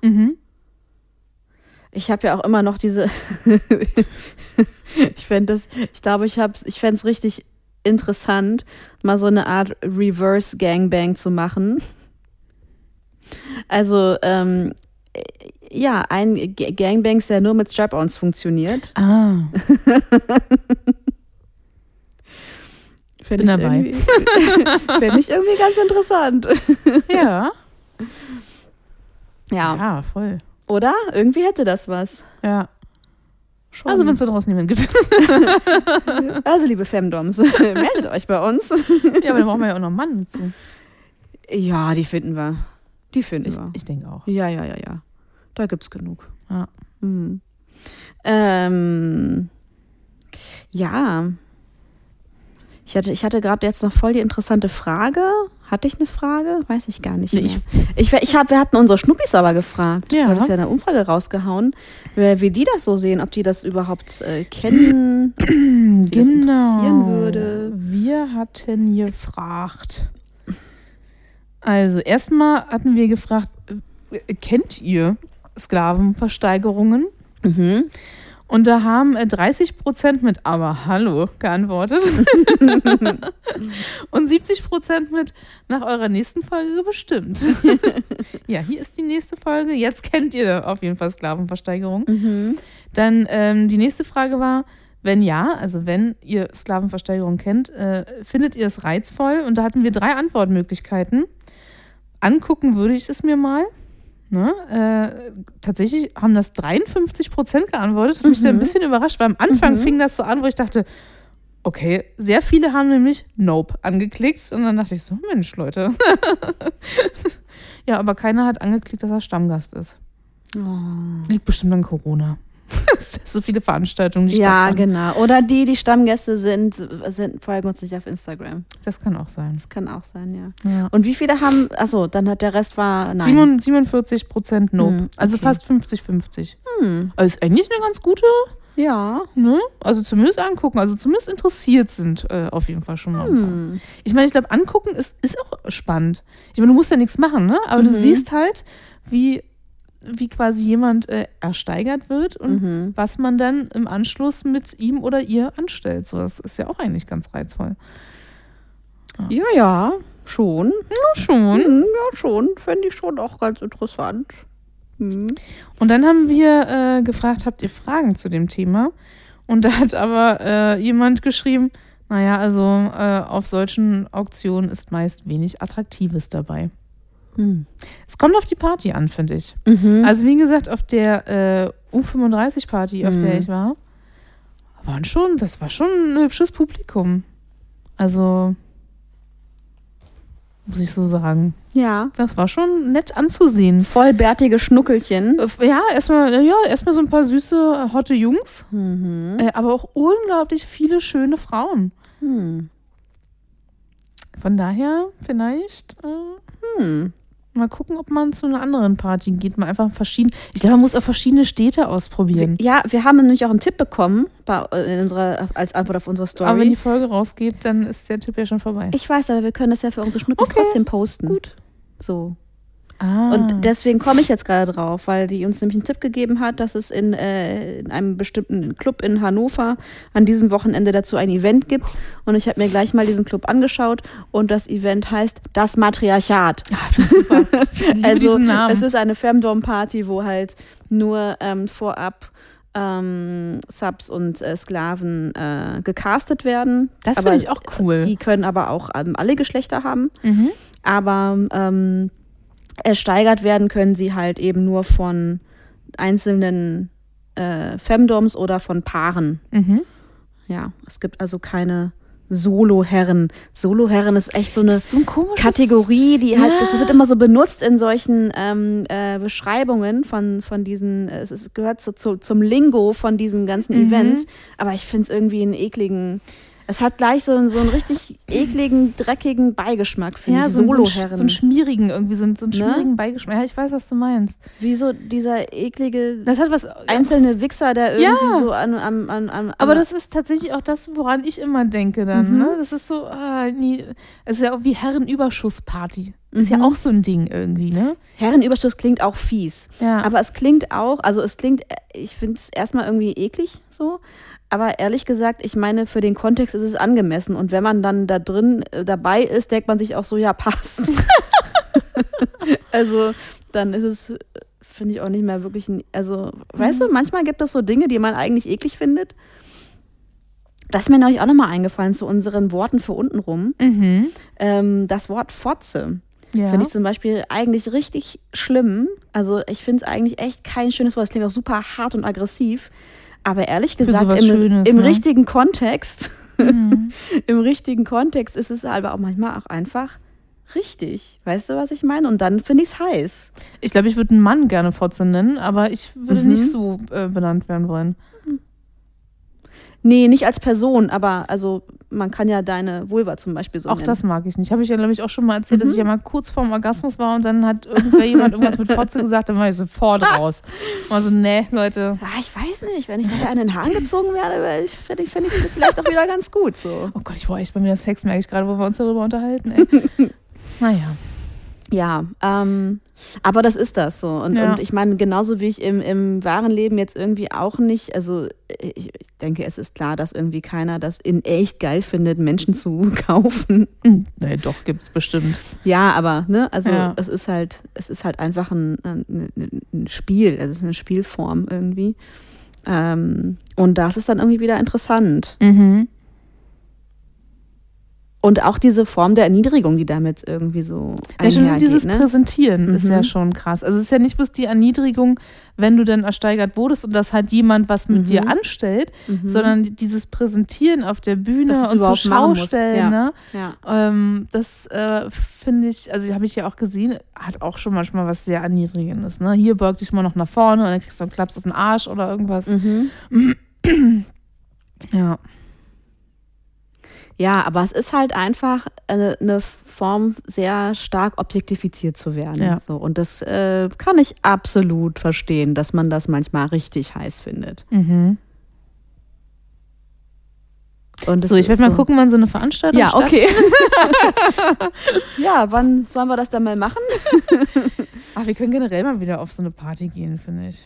Ich habe ja auch immer noch diese ich fände es richtig interessant, mal so eine Art Reverse Gangbang zu machen. Also, ja, ein Gangbang, der nur mit Strap-ons funktioniert. Bin dabei. Fände ich irgendwie ganz interessant. Ja. Ja, voll. Oder? Irgendwie hätte das was. Ja. Schon. Also, wenn es da draußen niemanden gibt. Also, liebe Femdoms, meldet euch bei uns. Ja, aber dann brauchen wir ja auch noch einen Mann dazu. Ja, die finden wir. Ich denke auch. Ja. Da gibt's genug. Ja. Ja. Ich hatte gerade jetzt noch voll die interessante Frage. Hatte ich eine Frage? Weiß ich gar nicht mehr. Wir hatten unsere Schnuppis aber gefragt. Ja. Du hattest ja eine Umfrage rausgehauen, wie die das so sehen, ob die das überhaupt kennen, ob sie das interessieren würde. Wir hatten gefragt. Also erstmal hatten wir gefragt, kennt ihr Sklavenversteigerungen? Mhm. Und da haben 30% mit "Aber hallo" geantwortet. Und 70% mit "Nach eurer nächsten Folge bestimmt." Ja, hier ist die nächste Folge. Jetzt kennt ihr auf jeden Fall Sklavenversteigerung. Mhm. Dann die nächste Frage war, wenn ja, also wenn ihr Sklavenversteigerung kennt, findet ihr es reizvoll? Und da hatten wir 3 Antwortmöglichkeiten. Angucken würde ich es mir mal. Ne? Tatsächlich haben das 53% geantwortet. Hat mich da ein bisschen überrascht, weil am Anfang fing das so an, wo ich dachte, okay, sehr viele haben nämlich Nope angeklickt. Und dann dachte ich so, Mensch, Leute. Ja, aber keiner hat angeklickt, dass er Stammgast ist. Oh. Liegt bestimmt an Corona. Es sind so viele Veranstaltungen, die Ja, stattfinden. genau. Oder die Stammgäste sind, folgen uns nicht auf Instagram. Das kann auch sein. Das kann auch sein, ja. Ja. Und wie viele haben, achso, dann hat der Rest war, nein. 47% Nope. Also okay. fast 50-50. Also ist eigentlich eine ganz gute, Ja. ne? Also zumindest angucken, also zumindest interessiert sind auf jeden Fall schon mal. Ich meine, ich glaube, angucken ist auch spannend. Ich meine, du musst ja nichts machen, ne? Aber du siehst halt, wie quasi jemand ersteigert wird und was man dann im Anschluss mit ihm oder ihr anstellt. So, das ist ja auch eigentlich ganz reizvoll. Ja, schon. Ja, schon. Ja, schon. Fände ich schon auch ganz interessant. Und dann haben wir gefragt, habt ihr Fragen zu dem Thema? Und da hat aber jemand geschrieben, naja, also auf solchen Auktionen ist meist wenig Attraktives dabei. Es kommt auf die Party an, finde ich. Also wie gesagt, auf der U35-Party, auf der ich war, das war schon ein hübsches Publikum. Also, muss ich so sagen. Ja. Das war schon nett anzusehen. Vollbärtige Schnuckelchen. Ja, erstmal so ein paar süße, hotte Jungs, aber auch unglaublich viele schöne Frauen. Von daher vielleicht mal gucken, ob man zu einer anderen Party geht. Mal einfach ich glaube, man muss auch verschiedene Städte ausprobieren. Wir haben nämlich auch einen Tipp bekommen als Antwort auf unsere Story. Aber wenn die Folge rausgeht, dann ist der Tipp ja schon vorbei. Ich weiß, aber wir können das ja für unsere Schnuppis trotzdem posten. Gut. So. Ah. Und deswegen komme ich jetzt gerade drauf, weil die uns nämlich einen Tipp gegeben hat, dass es in einem bestimmten Club in Hannover an diesem Wochenende dazu ein Event gibt. Und ich habe mir gleich mal diesen Club angeschaut und das Event heißt Das Matriarchat. Ja, das ist super. Ich liebe Also diesen Namen. es ist eine Femdom-Party, wo halt nur vorab Subs und Sklaven gecastet werden. Das finde ich auch cool. Die können aber auch alle Geschlechter haben. Mhm. Aber ersteigert werden können sie halt eben nur von einzelnen Femdoms oder von Paaren. Mhm. Ja, es gibt also keine Solo-Herren. Solo-Herren ist echt so eine Kategorie, die halt, das wird immer so benutzt in solchen Beschreibungen von diesen, es gehört zum Lingo von diesen ganzen Events, aber ich finde es irgendwie einen ekligen, es hat gleich so einen richtig ekligen, dreckigen Beigeschmack, finde ich, Solo-Herren. So einen schmierigen irgendwie, so einen schmierigen Beigeschmack. Ja, ich weiß, was du meinst. Wie so dieser eklige Das hat was einzelne Wichser, der irgendwie so an aber das ist tatsächlich auch das, woran ich immer denke dann. Ne? Das ist so, es ist ja auch wie Herrenüberschussparty. Ist ja auch so ein Ding irgendwie, ne? Herrenüberschuss klingt auch fies. Ja. Aber es klingt auch, ich finde es erstmal irgendwie eklig so. Aber ehrlich gesagt, ich meine, für den Kontext ist es angemessen. Und wenn man dann da drin dabei ist, denkt man sich auch so, ja, passt. Also dann ist es, finde ich, auch nicht mehr wirklich weißt du, manchmal gibt es so Dinge, die man eigentlich eklig findet. Das ist mir neulich auch nochmal eingefallen zu unseren Worten für untenrum. Das Wort Fotze. Ja. Finde ich zum Beispiel eigentlich richtig schlimm. Also ich finde es eigentlich echt kein schönes Wort. Es klingt auch super hart und aggressiv. Aber ehrlich gesagt, im richtigen Kontext, im richtigen Kontext ist es aber auch manchmal auch einfach richtig. Weißt du, was ich meine? Und dann finde ich es heiß. Ich glaube, ich würde einen Mann gerne Fotze nennen, aber ich würde nicht so benannt werden wollen. Nee, nicht als Person, aber also man kann ja deine Vulva zum Beispiel so Auch nennen. das mag ich nicht. Habe ich ja, glaube ich, auch schon mal erzählt, dass ich ja mal kurz vorm Orgasmus war und dann hat jemand irgendwas mit Fotze gesagt, dann war ich sofort raus. War so, nee, Leute. Ja, ich weiß nicht, wenn ich nachher an den Haaren gezogen werde, fände ich es vielleicht auch wieder ganz gut so. Oh Gott, ich war echt bei mir das Sex, merke ich gerade, wo wir uns darüber unterhalten. Ey. Naja. Ja, aber das ist das so. Und ich meine, genauso wie ich im wahren Leben jetzt irgendwie auch nicht, also ich denke, es ist klar, dass irgendwie keiner das in echt geil findet, Menschen zu kaufen. Nee, doch, gibt's bestimmt. Ja, aber, ne, also es ist halt einfach ein Spiel, also es ist eine Spielform irgendwie. Und das ist dann irgendwie wieder interessant. Mhm. Und auch diese Form der Erniedrigung, die damit irgendwie so Ja, schon einhergeht, dieses ne? Präsentieren ist ja schon krass. Also es ist ja nicht bloß die Erniedrigung, wenn du dann ersteigert wurdest und dass halt jemand was mit dir anstellt, sondern dieses Präsentieren auf der Bühne und so Schaustellen. Ne? Ja. Das finde ich, also habe ich ja auch gesehen, hat auch schon manchmal was sehr Erniedrigendes. Ne? Hier beug dich mal noch nach vorne und dann kriegst du einen Klaps auf den Arsch oder irgendwas. Ja. Ja, aber es ist halt einfach eine Form, sehr stark objektifiziert zu werden. Ja. So. Und das kann ich absolut verstehen, dass man das manchmal richtig heiß findet. Mhm. Und So, ich werde mal gucken, wann so eine Veranstaltung okay. Ja, wann sollen wir das dann mal machen? Ach, wir können generell mal wieder auf so eine Party gehen, finde ich.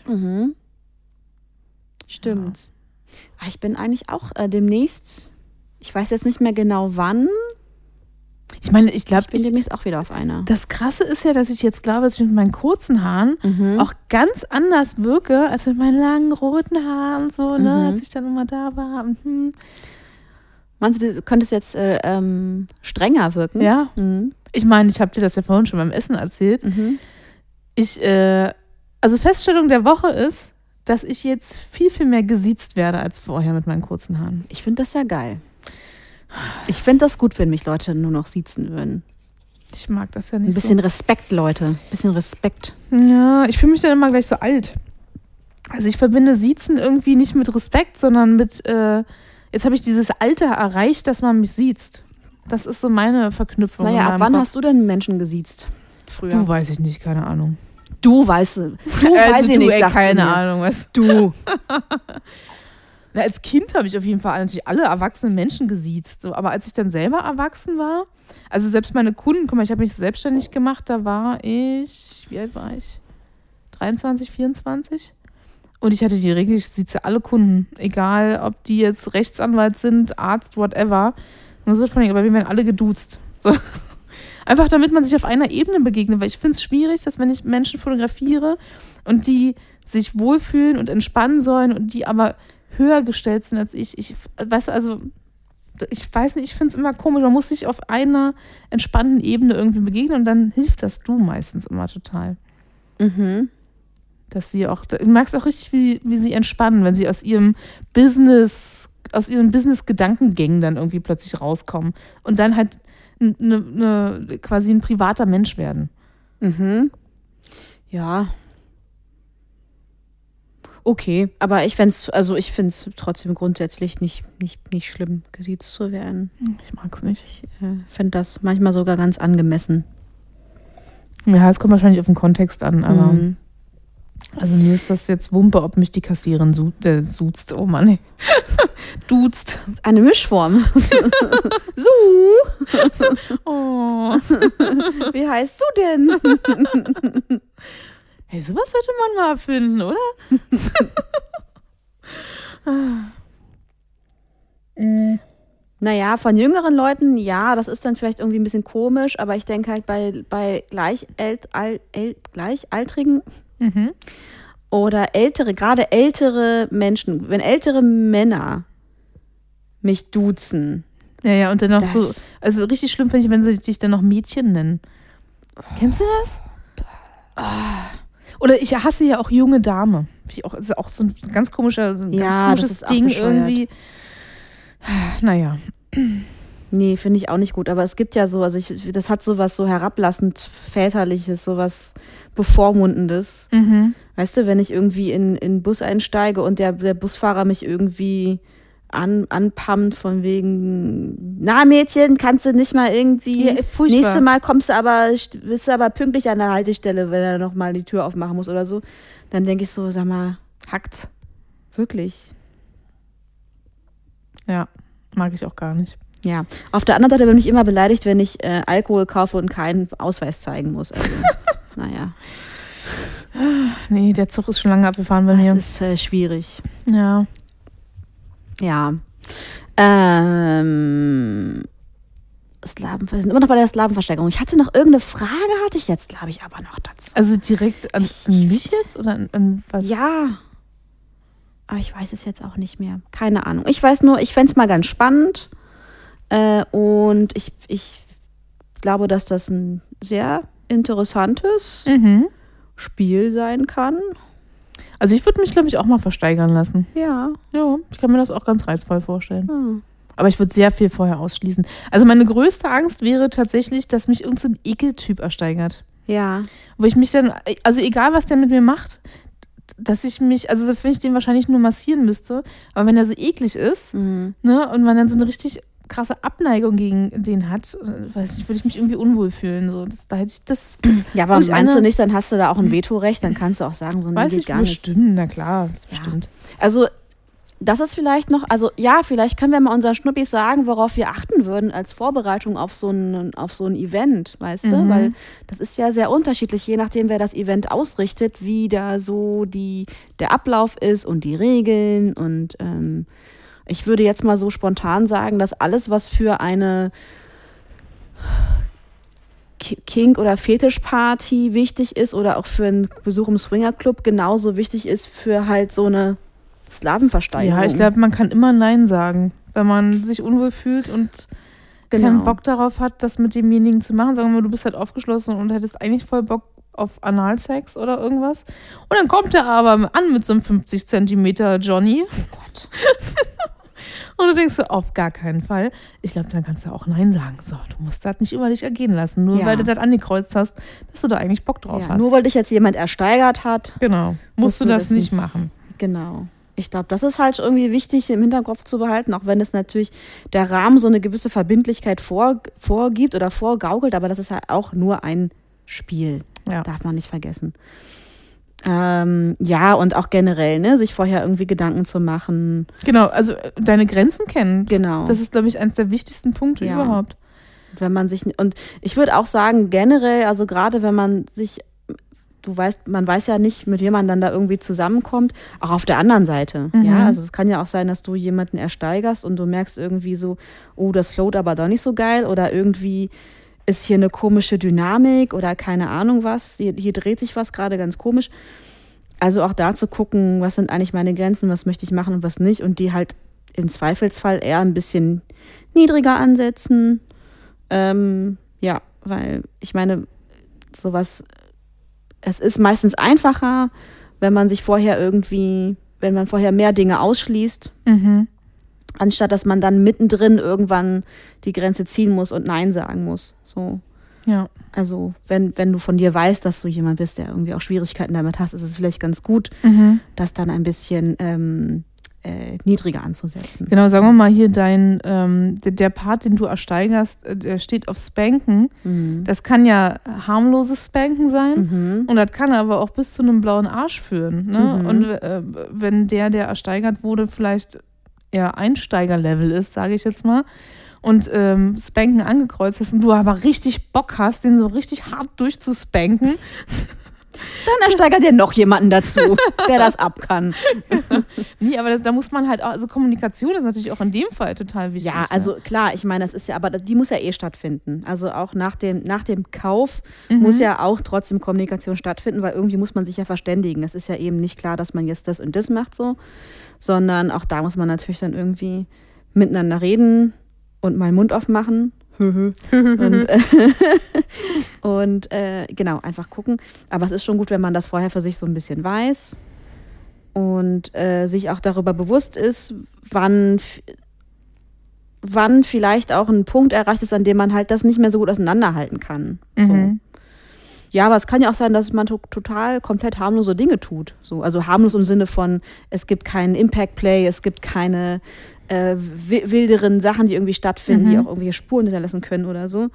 Stimmt. Ja. Ich bin eigentlich auch demnächst, ich weiß jetzt nicht mehr genau wann. Ich meine, ich glaube, ich bin demnächst auch wieder auf einer. Das Krasse ist ja, dass ich jetzt glaube, dass ich mit meinen kurzen Haaren auch ganz anders wirke, als mit meinen langen, roten Haaren, so, ne, als ich dann immer da war. Meinst du könntest jetzt strenger wirken? Ja. Ich meine, ich habe dir das ja vorhin schon beim Essen erzählt. Also Feststellung der Woche ist, dass ich jetzt viel, viel mehr gesiezt werde als vorher mit meinen kurzen Haaren. Ich finde das ja geil. Ich finde das gut, wenn mich Leute nur noch siezen würden. Ich mag das ja nicht. Ein bisschen Respekt, Leute. Ein bisschen Respekt. Ja, ich fühle mich dann immer gleich so alt. Also ich verbinde Siezen irgendwie nicht mit Respekt, sondern mit, jetzt habe ich dieses Alter erreicht, dass man mich siezt. Das ist so meine Verknüpfung. Naja, ab wann hast du denn Menschen gesiezt? Früher. Du, weiß ich nicht, keine Ahnung. Du weißt weiß ich nicht, keine Ahnung, was. Du. Na, als Kind habe ich auf jeden Fall natürlich alle erwachsenen Menschen gesiezt. So. Aber als ich dann selber erwachsen war, also selbst meine Kunden, guck mal, ich habe mich selbstständig gemacht, da war ich, wie alt war ich? 23, 24? Und ich hatte die Regel, ich sieze alle Kunden, egal ob die jetzt Rechtsanwalt sind, Arzt, whatever. Und das wird von denen, aber wir werden alle geduzt. So. Einfach damit man sich auf einer Ebene begegnet, weil ich finde es schwierig, dass wenn ich Menschen fotografiere und die sich wohlfühlen und entspannen sollen und die aber höher gestellt sind als ich weiß, also ich weiß nicht, ich finde es immer komisch, man muss sich auf einer entspannten Ebene irgendwie begegnen und dann hilft das du meistens immer total. Dass sie auch, du merkst auch richtig, wie sie entspannen, wenn sie aus ihren Business-Gedankengängen dann irgendwie plötzlich rauskommen und dann halt quasi ein privater Mensch werden. Ja. Okay, aber ich find's trotzdem grundsätzlich nicht schlimm, gesiezt zu werden. Ich mag's nicht. Ich finde das manchmal sogar ganz angemessen. Ja, es kommt wahrscheinlich auf den Kontext an, aber also mir ist das jetzt Wumpe, ob mich die Kassiererin suzt. Oh Mann, ey. Duzt. Eine Mischform. Oh. Wie heißt du denn? Hey, sowas sollte man mal erfinden, oder? Naja, von jüngeren Leuten, ja, das ist dann vielleicht irgendwie ein bisschen komisch, aber ich denke halt bei Gleichaltrigen oder gerade ältere Menschen, wenn ältere Männer mich duzen. Ja, und dann noch so, also richtig schlimm finde ich, wenn sie dich dann noch Mädchen nennen. Kennst du das? Oder ich hasse ja auch junge Dame. Ist auch so ein ganz komisches Ding irgendwie. Naja. Nee, finde ich auch nicht gut. Aber es gibt ja so, also das hat sowas so herablassend Väterliches, sowas Bevormundendes. Weißt du, wenn ich irgendwie in den Bus einsteige und der Busfahrer mich irgendwie anpammt von wegen, na Mädchen, kannst du nicht mal irgendwie, furchtbar. nächste Mal bist du aber pünktlich an der Haltestelle, wenn er nochmal die Tür aufmachen muss oder so. Dann denke ich so, sag mal, Hackt's. wirklich? Ja, mag ich auch gar nicht. Ja, auf der anderen Seite bin ich immer beleidigt, wenn ich Alkohol kaufe und keinen Ausweis zeigen muss. Also, naja, Nee, der Zug ist schon lange abgefahren bei mir. das ist schwierig. Ja. Ja. Wir sind immer noch bei der Sklavenversteigerung. Ich hatte noch irgendeine Frage, hatte ich jetzt, glaube ich, aber noch dazu. Also direkt an mich jetzt oder an was? Ja. Aber ich weiß es jetzt auch nicht mehr. Keine Ahnung. Ich weiß nur, ich fände es mal ganz spannend. Und ich glaube, dass das ein sehr interessantes Spiel sein kann. Also ich würde mich, glaube ich, auch mal versteigern lassen. Ja. Ja, ich kann mir das auch ganz reizvoll vorstellen. Hm. Aber ich würde sehr viel vorher ausschließen. Also meine größte Angst wäre tatsächlich, dass mich irgend so ein Ekeltyp ersteigert. Ja. Wo ich mich dann, also egal was der mit mir macht, dass ich mich, also selbst wenn ich den wahrscheinlich nur massieren müsste, aber wenn er so eklig ist, ne, und man dann so eine richtig krasse Abneigung gegen den hat, weiß nicht, würde ich mich irgendwie unwohl fühlen. So, da hätte ich das. Ja, aber meinst du nicht, dann hast du da auch ein Vetorecht, dann kannst du auch sagen, so nee, geht gar nicht. Bestimmt, na klar, das ist bestimmt. Also, das ist vielleicht noch, also ja, vielleicht können wir mal unseren Schnuppis sagen, worauf wir achten würden als Vorbereitung auf so ein Event, weißt du? Weil das ist ja sehr unterschiedlich, je nachdem, wer das Event ausrichtet, wie da so der Ablauf ist und die Regeln. Und ich würde jetzt mal so spontan sagen, dass alles, was für eine Kink- oder Fetischparty wichtig ist oder auch für einen Besuch im Swingerclub genauso wichtig ist für halt so eine Sklavenversteigerung. Ja, ich glaube, man kann immer Nein sagen, wenn man sich unwohl fühlt und keinen Bock darauf hat, das mit demjenigen zu machen. Sagen wir mal, du bist halt aufgeschlossen und hättest eigentlich voll Bock auf Analsex oder irgendwas. Und dann kommt er aber an mit so einem 50 Zentimeter Johnny. Oh Gott. Und du denkst so, auf gar keinen Fall. Ich glaube, dann kannst du auch Nein sagen. So, du musst das nicht über dich ergehen lassen, nur weil du das angekreuzt hast, dass du da eigentlich Bock drauf hast. Nur weil dich jetzt jemand ersteigert hat. Genau, musst du das nicht machen. Genau. Ich glaube, das ist halt irgendwie wichtig im Hinterkopf zu behalten, auch wenn es natürlich der Rahmen so eine gewisse Verbindlichkeit vorgibt oder vorgaukelt, aber das ist ja auch nur ein Spiel. Ja. Darf man nicht vergessen. Ja, und auch generell, ne, sich vorher irgendwie Gedanken zu machen. Genau, also deine Grenzen kennen. Genau. Das ist, glaube ich, eines der wichtigsten Punkte überhaupt. Wenn man sich, und ich würde auch sagen, generell, also gerade wenn man sich, man weiß ja nicht, mit wem man dann da irgendwie zusammenkommt, auch auf der anderen Seite. Ja, also es kann ja auch sein, dass du jemanden ersteigerst und du merkst irgendwie so, oh, das float aber doch nicht so geil oder irgendwie ist hier eine komische Dynamik oder keine Ahnung was, hier dreht sich was gerade ganz komisch. Also auch da zu gucken, was sind eigentlich meine Grenzen, was möchte ich machen und was nicht und die halt im Zweifelsfall eher ein bisschen niedriger ansetzen. Ja, weil ich meine, sowas, es ist meistens einfacher, wenn man vorher mehr Dinge ausschließt, anstatt dass man dann mittendrin irgendwann die Grenze ziehen muss und Nein sagen muss. So. Ja. Also wenn du von dir weißt, dass du jemand bist, der irgendwie auch Schwierigkeiten damit hast, ist es vielleicht ganz gut, das dann ein bisschen niedriger anzusetzen. Genau, sagen wir mal hier der Part, den du ersteigerst, der steht auf Spanken. Das kann ja harmloses Spanken sein und das kann aber auch bis zu einem blauen Arsch führen. Ne? Und wenn der ersteigert wurde, vielleicht eher Einsteigerlevel ist, sage ich jetzt mal, und Spanken angekreuzt hast und du aber richtig Bock hast, den so richtig hart durchzuspanken, dann ersteigert dir noch jemanden dazu, der das ab kann. Nee, aber da muss man halt auch, also Kommunikation ist natürlich auch in dem Fall total wichtig. Ja, also klar, ich meine, das ist ja, aber die muss ja eh stattfinden. Also auch nach dem Kauf muss ja auch trotzdem Kommunikation stattfinden, weil irgendwie muss man sich ja verständigen. Es ist ja eben nicht klar, dass man jetzt das und das macht so, sondern auch da muss man natürlich dann irgendwie miteinander reden und mal den Mund aufmachen. und genau, einfach gucken. Aber es ist schon gut, wenn man das vorher für sich so ein bisschen weiß und sich auch darüber bewusst ist, wann vielleicht auch ein Punkt erreicht ist, an dem man halt das nicht mehr so gut auseinanderhalten kann. So. Ja, aber es kann ja auch sein, dass man total komplett harmlose Dinge tut. So, also harmlos im Sinne von, es gibt keinen Impact-Play, es gibt keine wilderen Sachen, die irgendwie stattfinden, die auch irgendwelche Spuren hinterlassen können oder so.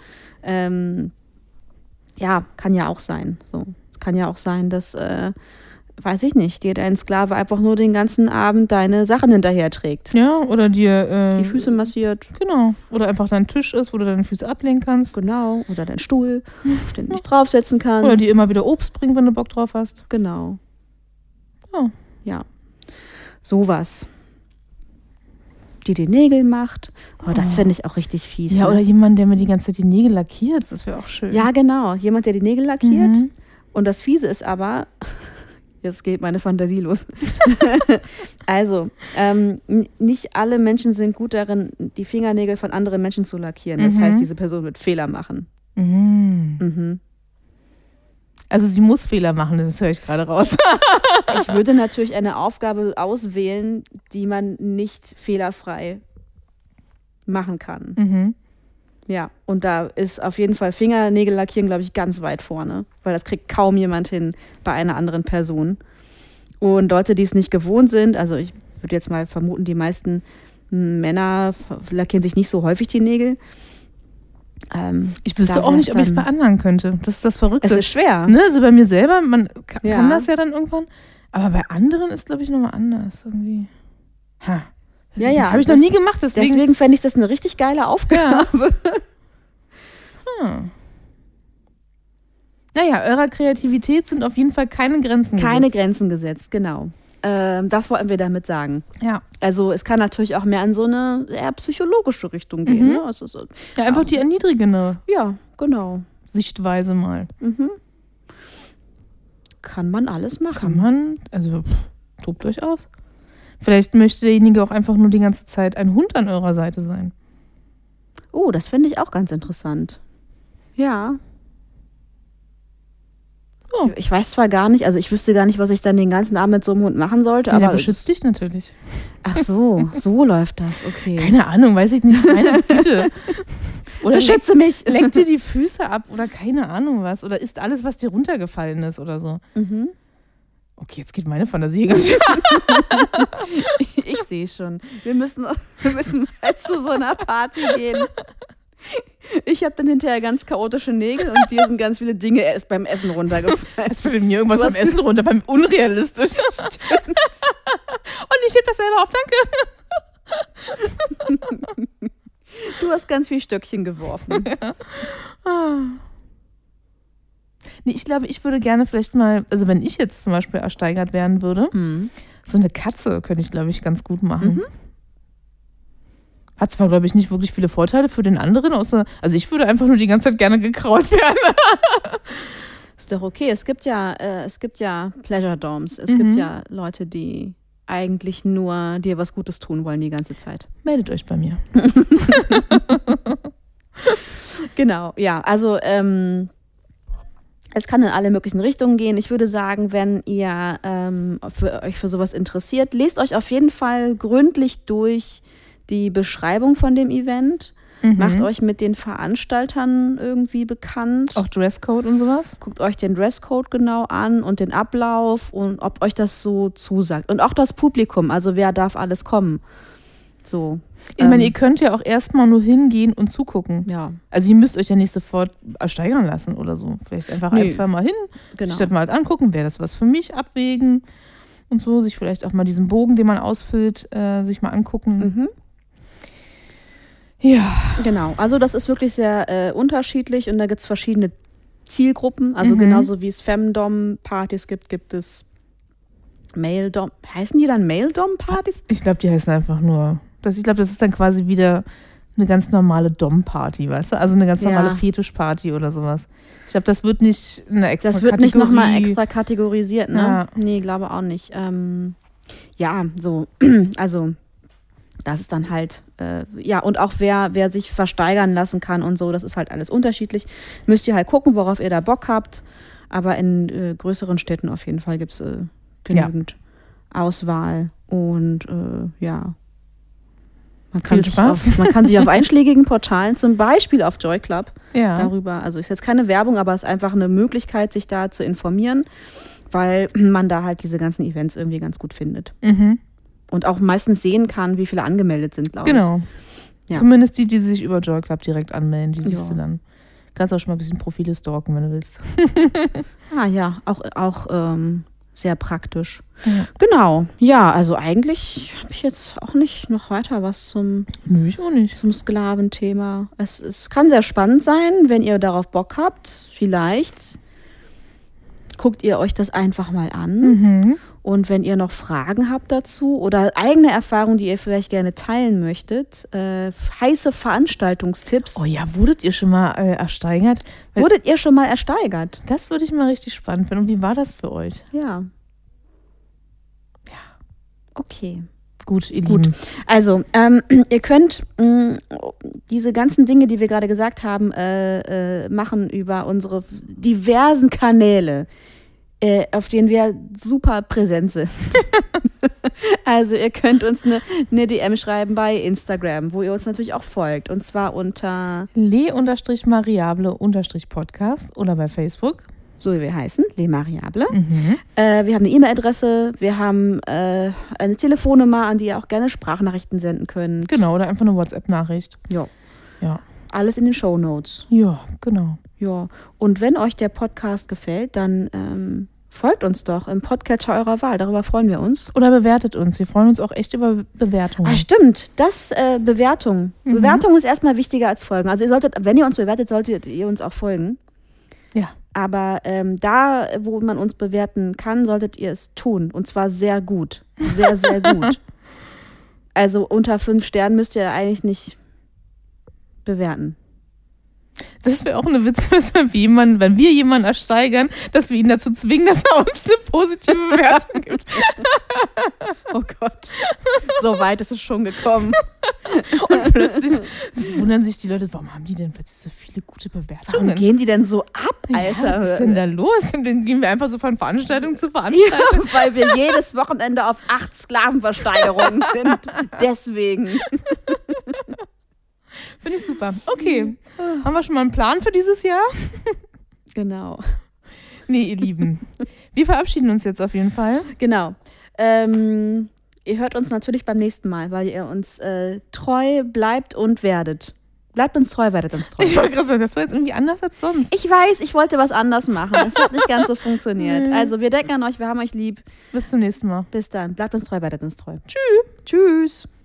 Ja, kann ja auch sein. So. Es kann ja auch sein, dass, weiß ich nicht, dir dein Sklave einfach nur den ganzen Abend deine Sachen hinterher trägt. Ja, oder dir Die Füße massiert. Genau. Oder einfach dein Tisch ist, wo du deine Füße ablegen kannst. Genau. Oder dein Stuhl, auf den du dich draufsetzen kannst. Oder dir immer wieder Obst bringen, wenn du Bock drauf hast. Genau. Oh. Ja. Sowas. Die Nägel macht. Oh, das fände ich auch richtig fies. Ja, ne? oder jemand, der mir die ganze Zeit die Nägel lackiert. Das wäre auch schön. Ja, genau. Jemand, der die Nägel lackiert. Und das Fiese ist aber, jetzt geht meine Fantasie los. Also, nicht alle Menschen sind gut darin, die Fingernägel von anderen Menschen zu lackieren. Das heißt, diese Person wird Fehler machen. Also sie muss Fehler machen, das höre ich gerade raus. Ich würde natürlich eine Aufgabe auswählen, die man nicht fehlerfrei machen kann. Ja, und da ist auf jeden Fall Fingernägel lackieren, glaube ich, ganz weit vorne, weil das kriegt kaum jemand hin bei einer anderen Person. Und Leute, die es nicht gewohnt sind, also ich würde jetzt mal vermuten, die meisten Männer lackieren sich nicht so häufig die Nägel. Ich wüsste auch nicht, ob ich es bei anderen könnte. Das ist das Verrückte. Es ist schwer. Ne? Also bei mir selber, man kann das ja dann irgendwann. Aber bei anderen ist, glaube ich, nochmal anders irgendwie. Ja, habe ich noch nie gemacht. Deswegen fände ich das eine richtig geile Aufgabe. Naja, eurer Kreativität sind auf jeden Fall keine Grenzen gesetzt. Keine Grenzen gesetzt, genau. Das wollten wir damit sagen. Ja. Also es kann natürlich auch mehr in so eine eher psychologische Richtung gehen. Ne? Es ist so, Ja, einfach die erniedrigende ja, genau. Sichtweise mal. Kann man alles machen. Kann man, also tobt euch aus. Vielleicht möchte derjenige auch einfach nur die ganze Zeit ein Hund an eurer Seite sein. Oh, das finde ich auch ganz interessant. Ja. Oh. Ich weiß zwar gar nicht, also ich wüsste gar nicht, was ich dann den ganzen Abend mit so einem Hund machen sollte, aber der beschützt dich natürlich. Ach so, so läuft das, okay. Keine Ahnung, weiß ich nicht. Meine Güte. Oder beschütze mich. Leckt dir die Füße ab oder keine Ahnung was. Oder isst alles, was dir runtergefallen ist oder so. Okay, jetzt geht meine Fantasie ganz schön. Ich sehe schon. Wir müssen mal zu so einer Party gehen. Ich habe dann hinterher ganz chaotische Nägel und dir sind ganz viele Dinge erst beim Essen runtergefallen. Als würde mir irgendwas beim Essen runter, beim unrealistisch. Stimmt. Und ich heb das selber auf, danke. Du hast ganz viel Stöckchen geworfen. Nee, ich glaube, ich würde gerne vielleicht mal, also wenn ich jetzt zum Beispiel ersteigert werden würde, so eine Katze könnte ich, glaube ich, ganz gut machen. Hat zwar, glaube ich, nicht wirklich viele Vorteile für den anderen, außer, also ich würde einfach nur die ganze Zeit gerne gekraut werden. Ist doch okay. Es gibt ja Pleasure Doms. Es gibt ja Leute, die eigentlich nur dir was Gutes tun wollen die ganze Zeit. Meldet euch bei mir. Genau, ja. Also es kann in alle möglichen Richtungen gehen. Ich würde sagen, wenn ihr euch für sowas interessiert, lest euch auf jeden Fall gründlich durch die Beschreibung von dem Event. Macht euch mit den Veranstaltern irgendwie bekannt. Auch Dresscode und sowas? Guckt euch den Dresscode genau an und den Ablauf und ob euch das so zusagt. Und auch das Publikum, also wer darf alles kommen. So. Ich meine, ihr könnt ja auch erstmal nur hingehen und zugucken. Ja. Also ihr müsst euch ja nicht sofort ersteigern lassen oder so. Vielleicht einfach ein, zwei Mal hin, sich das mal angucken, wäre das was für mich, abwägen und so. Sich vielleicht auch mal diesen Bogen, den man ausfüllt, sich mal angucken. Ja. Genau, also das ist wirklich sehr unterschiedlich und da gibt es verschiedene Zielgruppen. Also genauso wie es Femdom-Partys gibt, gibt es Male-Dom. Heißen die dann Male-Dom-Partys? Ich glaube, die heißen einfach nur. Ich glaube, das ist dann quasi wieder eine ganz normale Dom-Party, weißt du? Also eine ganz normale Fetisch-Party oder sowas. Ich glaube, das wird nicht eine extra Das wird Kategorie. nicht nochmal extra kategorisiert, ne? Ja. Nee, glaube auch nicht. Ja, so, also das ist dann halt, und auch wer sich versteigern lassen kann und so, das ist halt alles unterschiedlich. Müsst ihr halt gucken, worauf ihr da Bock habt. Aber in größeren Städten auf jeden Fall gibt es genügend Auswahl. Und man kann sich auf einschlägigen Portalen, zum Beispiel auf Joy Club, darüber, also ist jetzt keine Werbung, aber es ist einfach eine Möglichkeit, sich da zu informieren, weil man da halt diese ganzen Events irgendwie ganz gut findet. Und auch meistens sehen kann, wie viele angemeldet sind, glaube ich. Genau. Ja. Zumindest die sich über Joy Club direkt anmelden, die siehst Ja. du dann. Kannst auch schon mal ein bisschen Profile stalken, wenn du willst. Ah ja, auch sehr praktisch. Ja. Genau. Ja, also eigentlich habe ich jetzt auch nicht noch weiter was zum Nö, ich auch nicht. Sklaventhema. Es kann sehr spannend sein, wenn ihr darauf Bock habt. Vielleicht guckt ihr euch das einfach mal an. Mhm. Und wenn ihr noch Fragen habt dazu oder eigene Erfahrungen, die ihr vielleicht gerne teilen möchtet, heiße Veranstaltungstipps. Oh ja, wurdet ihr schon mal ersteigert? Weil Wurdet ihr schon mal ersteigert? das würde ich mal richtig spannend finden. Und wie war das für euch? Ja. Ja. Okay. Gut, ihr Gut. Lieben. Also, ihr könnt diese ganzen Dinge, die wir gerade gesagt haben, machen über unsere diversen Kanäle, auf denen wir super präsent sind. Also, ihr könnt uns eine DM schreiben bei Instagram, wo ihr uns natürlich auch folgt. Und zwar unter, le-mariable-podcast oder bei Facebook. so wie wir heißen, Le Mariable. Mhm. Wir haben eine E-Mail-Adresse, wir haben eine Telefonnummer, an die ihr auch gerne Sprachnachrichten senden könnt. Genau, oder einfach eine WhatsApp-Nachricht. Ja. Ja. Alles in den Shownotes. Ja, genau. Ja, und wenn euch der Podcast gefällt, dann folgt uns doch im Podcatcher eurer Wahl. Darüber freuen wir uns. Oder bewertet uns. Wir freuen uns auch echt über Bewertungen. Ah, stimmt. Bewertung. Bewertung ist erstmal wichtiger als Folgen. Also wenn ihr uns bewertet, solltet ihr uns auch folgen. Ja. Aber da, wo man uns bewerten kann, solltet ihr es tun. Und zwar sehr gut. Sehr, sehr gut. Also unter 5 Sternen müsst ihr eigentlich nicht bewerten. Das wäre auch eine Witz, wenn wir jemanden ersteigern, dass wir ihn dazu zwingen, dass er uns eine positive Bewertung gibt. Oh Gott. So weit ist es schon gekommen. Und plötzlich wundern sich die Leute, warum haben die denn plötzlich so viele gute Bewertungen? Warum gehen die denn so ab, Ja, Alter? was ist denn da los? Und dann gehen wir einfach so von Veranstaltung zu Veranstaltung. Ja, weil wir jedes Wochenende auf 8 Sklavenversteigerungen sind. Deswegen. Finde ich super. Okay. Haben wir schon mal einen Plan für dieses Jahr? Genau. Nee, ihr Lieben. Wir verabschieden uns jetzt auf jeden Fall. Genau. Ihr hört uns natürlich beim nächsten Mal, weil ihr uns treu bleibt und werdet. Bleibt uns treu, werdet uns treu. Ich wollte gerade sagen, das war jetzt irgendwie anders als sonst. Ich weiß, ich wollte was anders machen. Es hat nicht ganz so funktioniert. Also wir denken an euch, wir haben euch lieb. Bis zum nächsten Mal. Bis dann. Bleibt uns treu, werdet uns treu. Tschüss. Tschüss.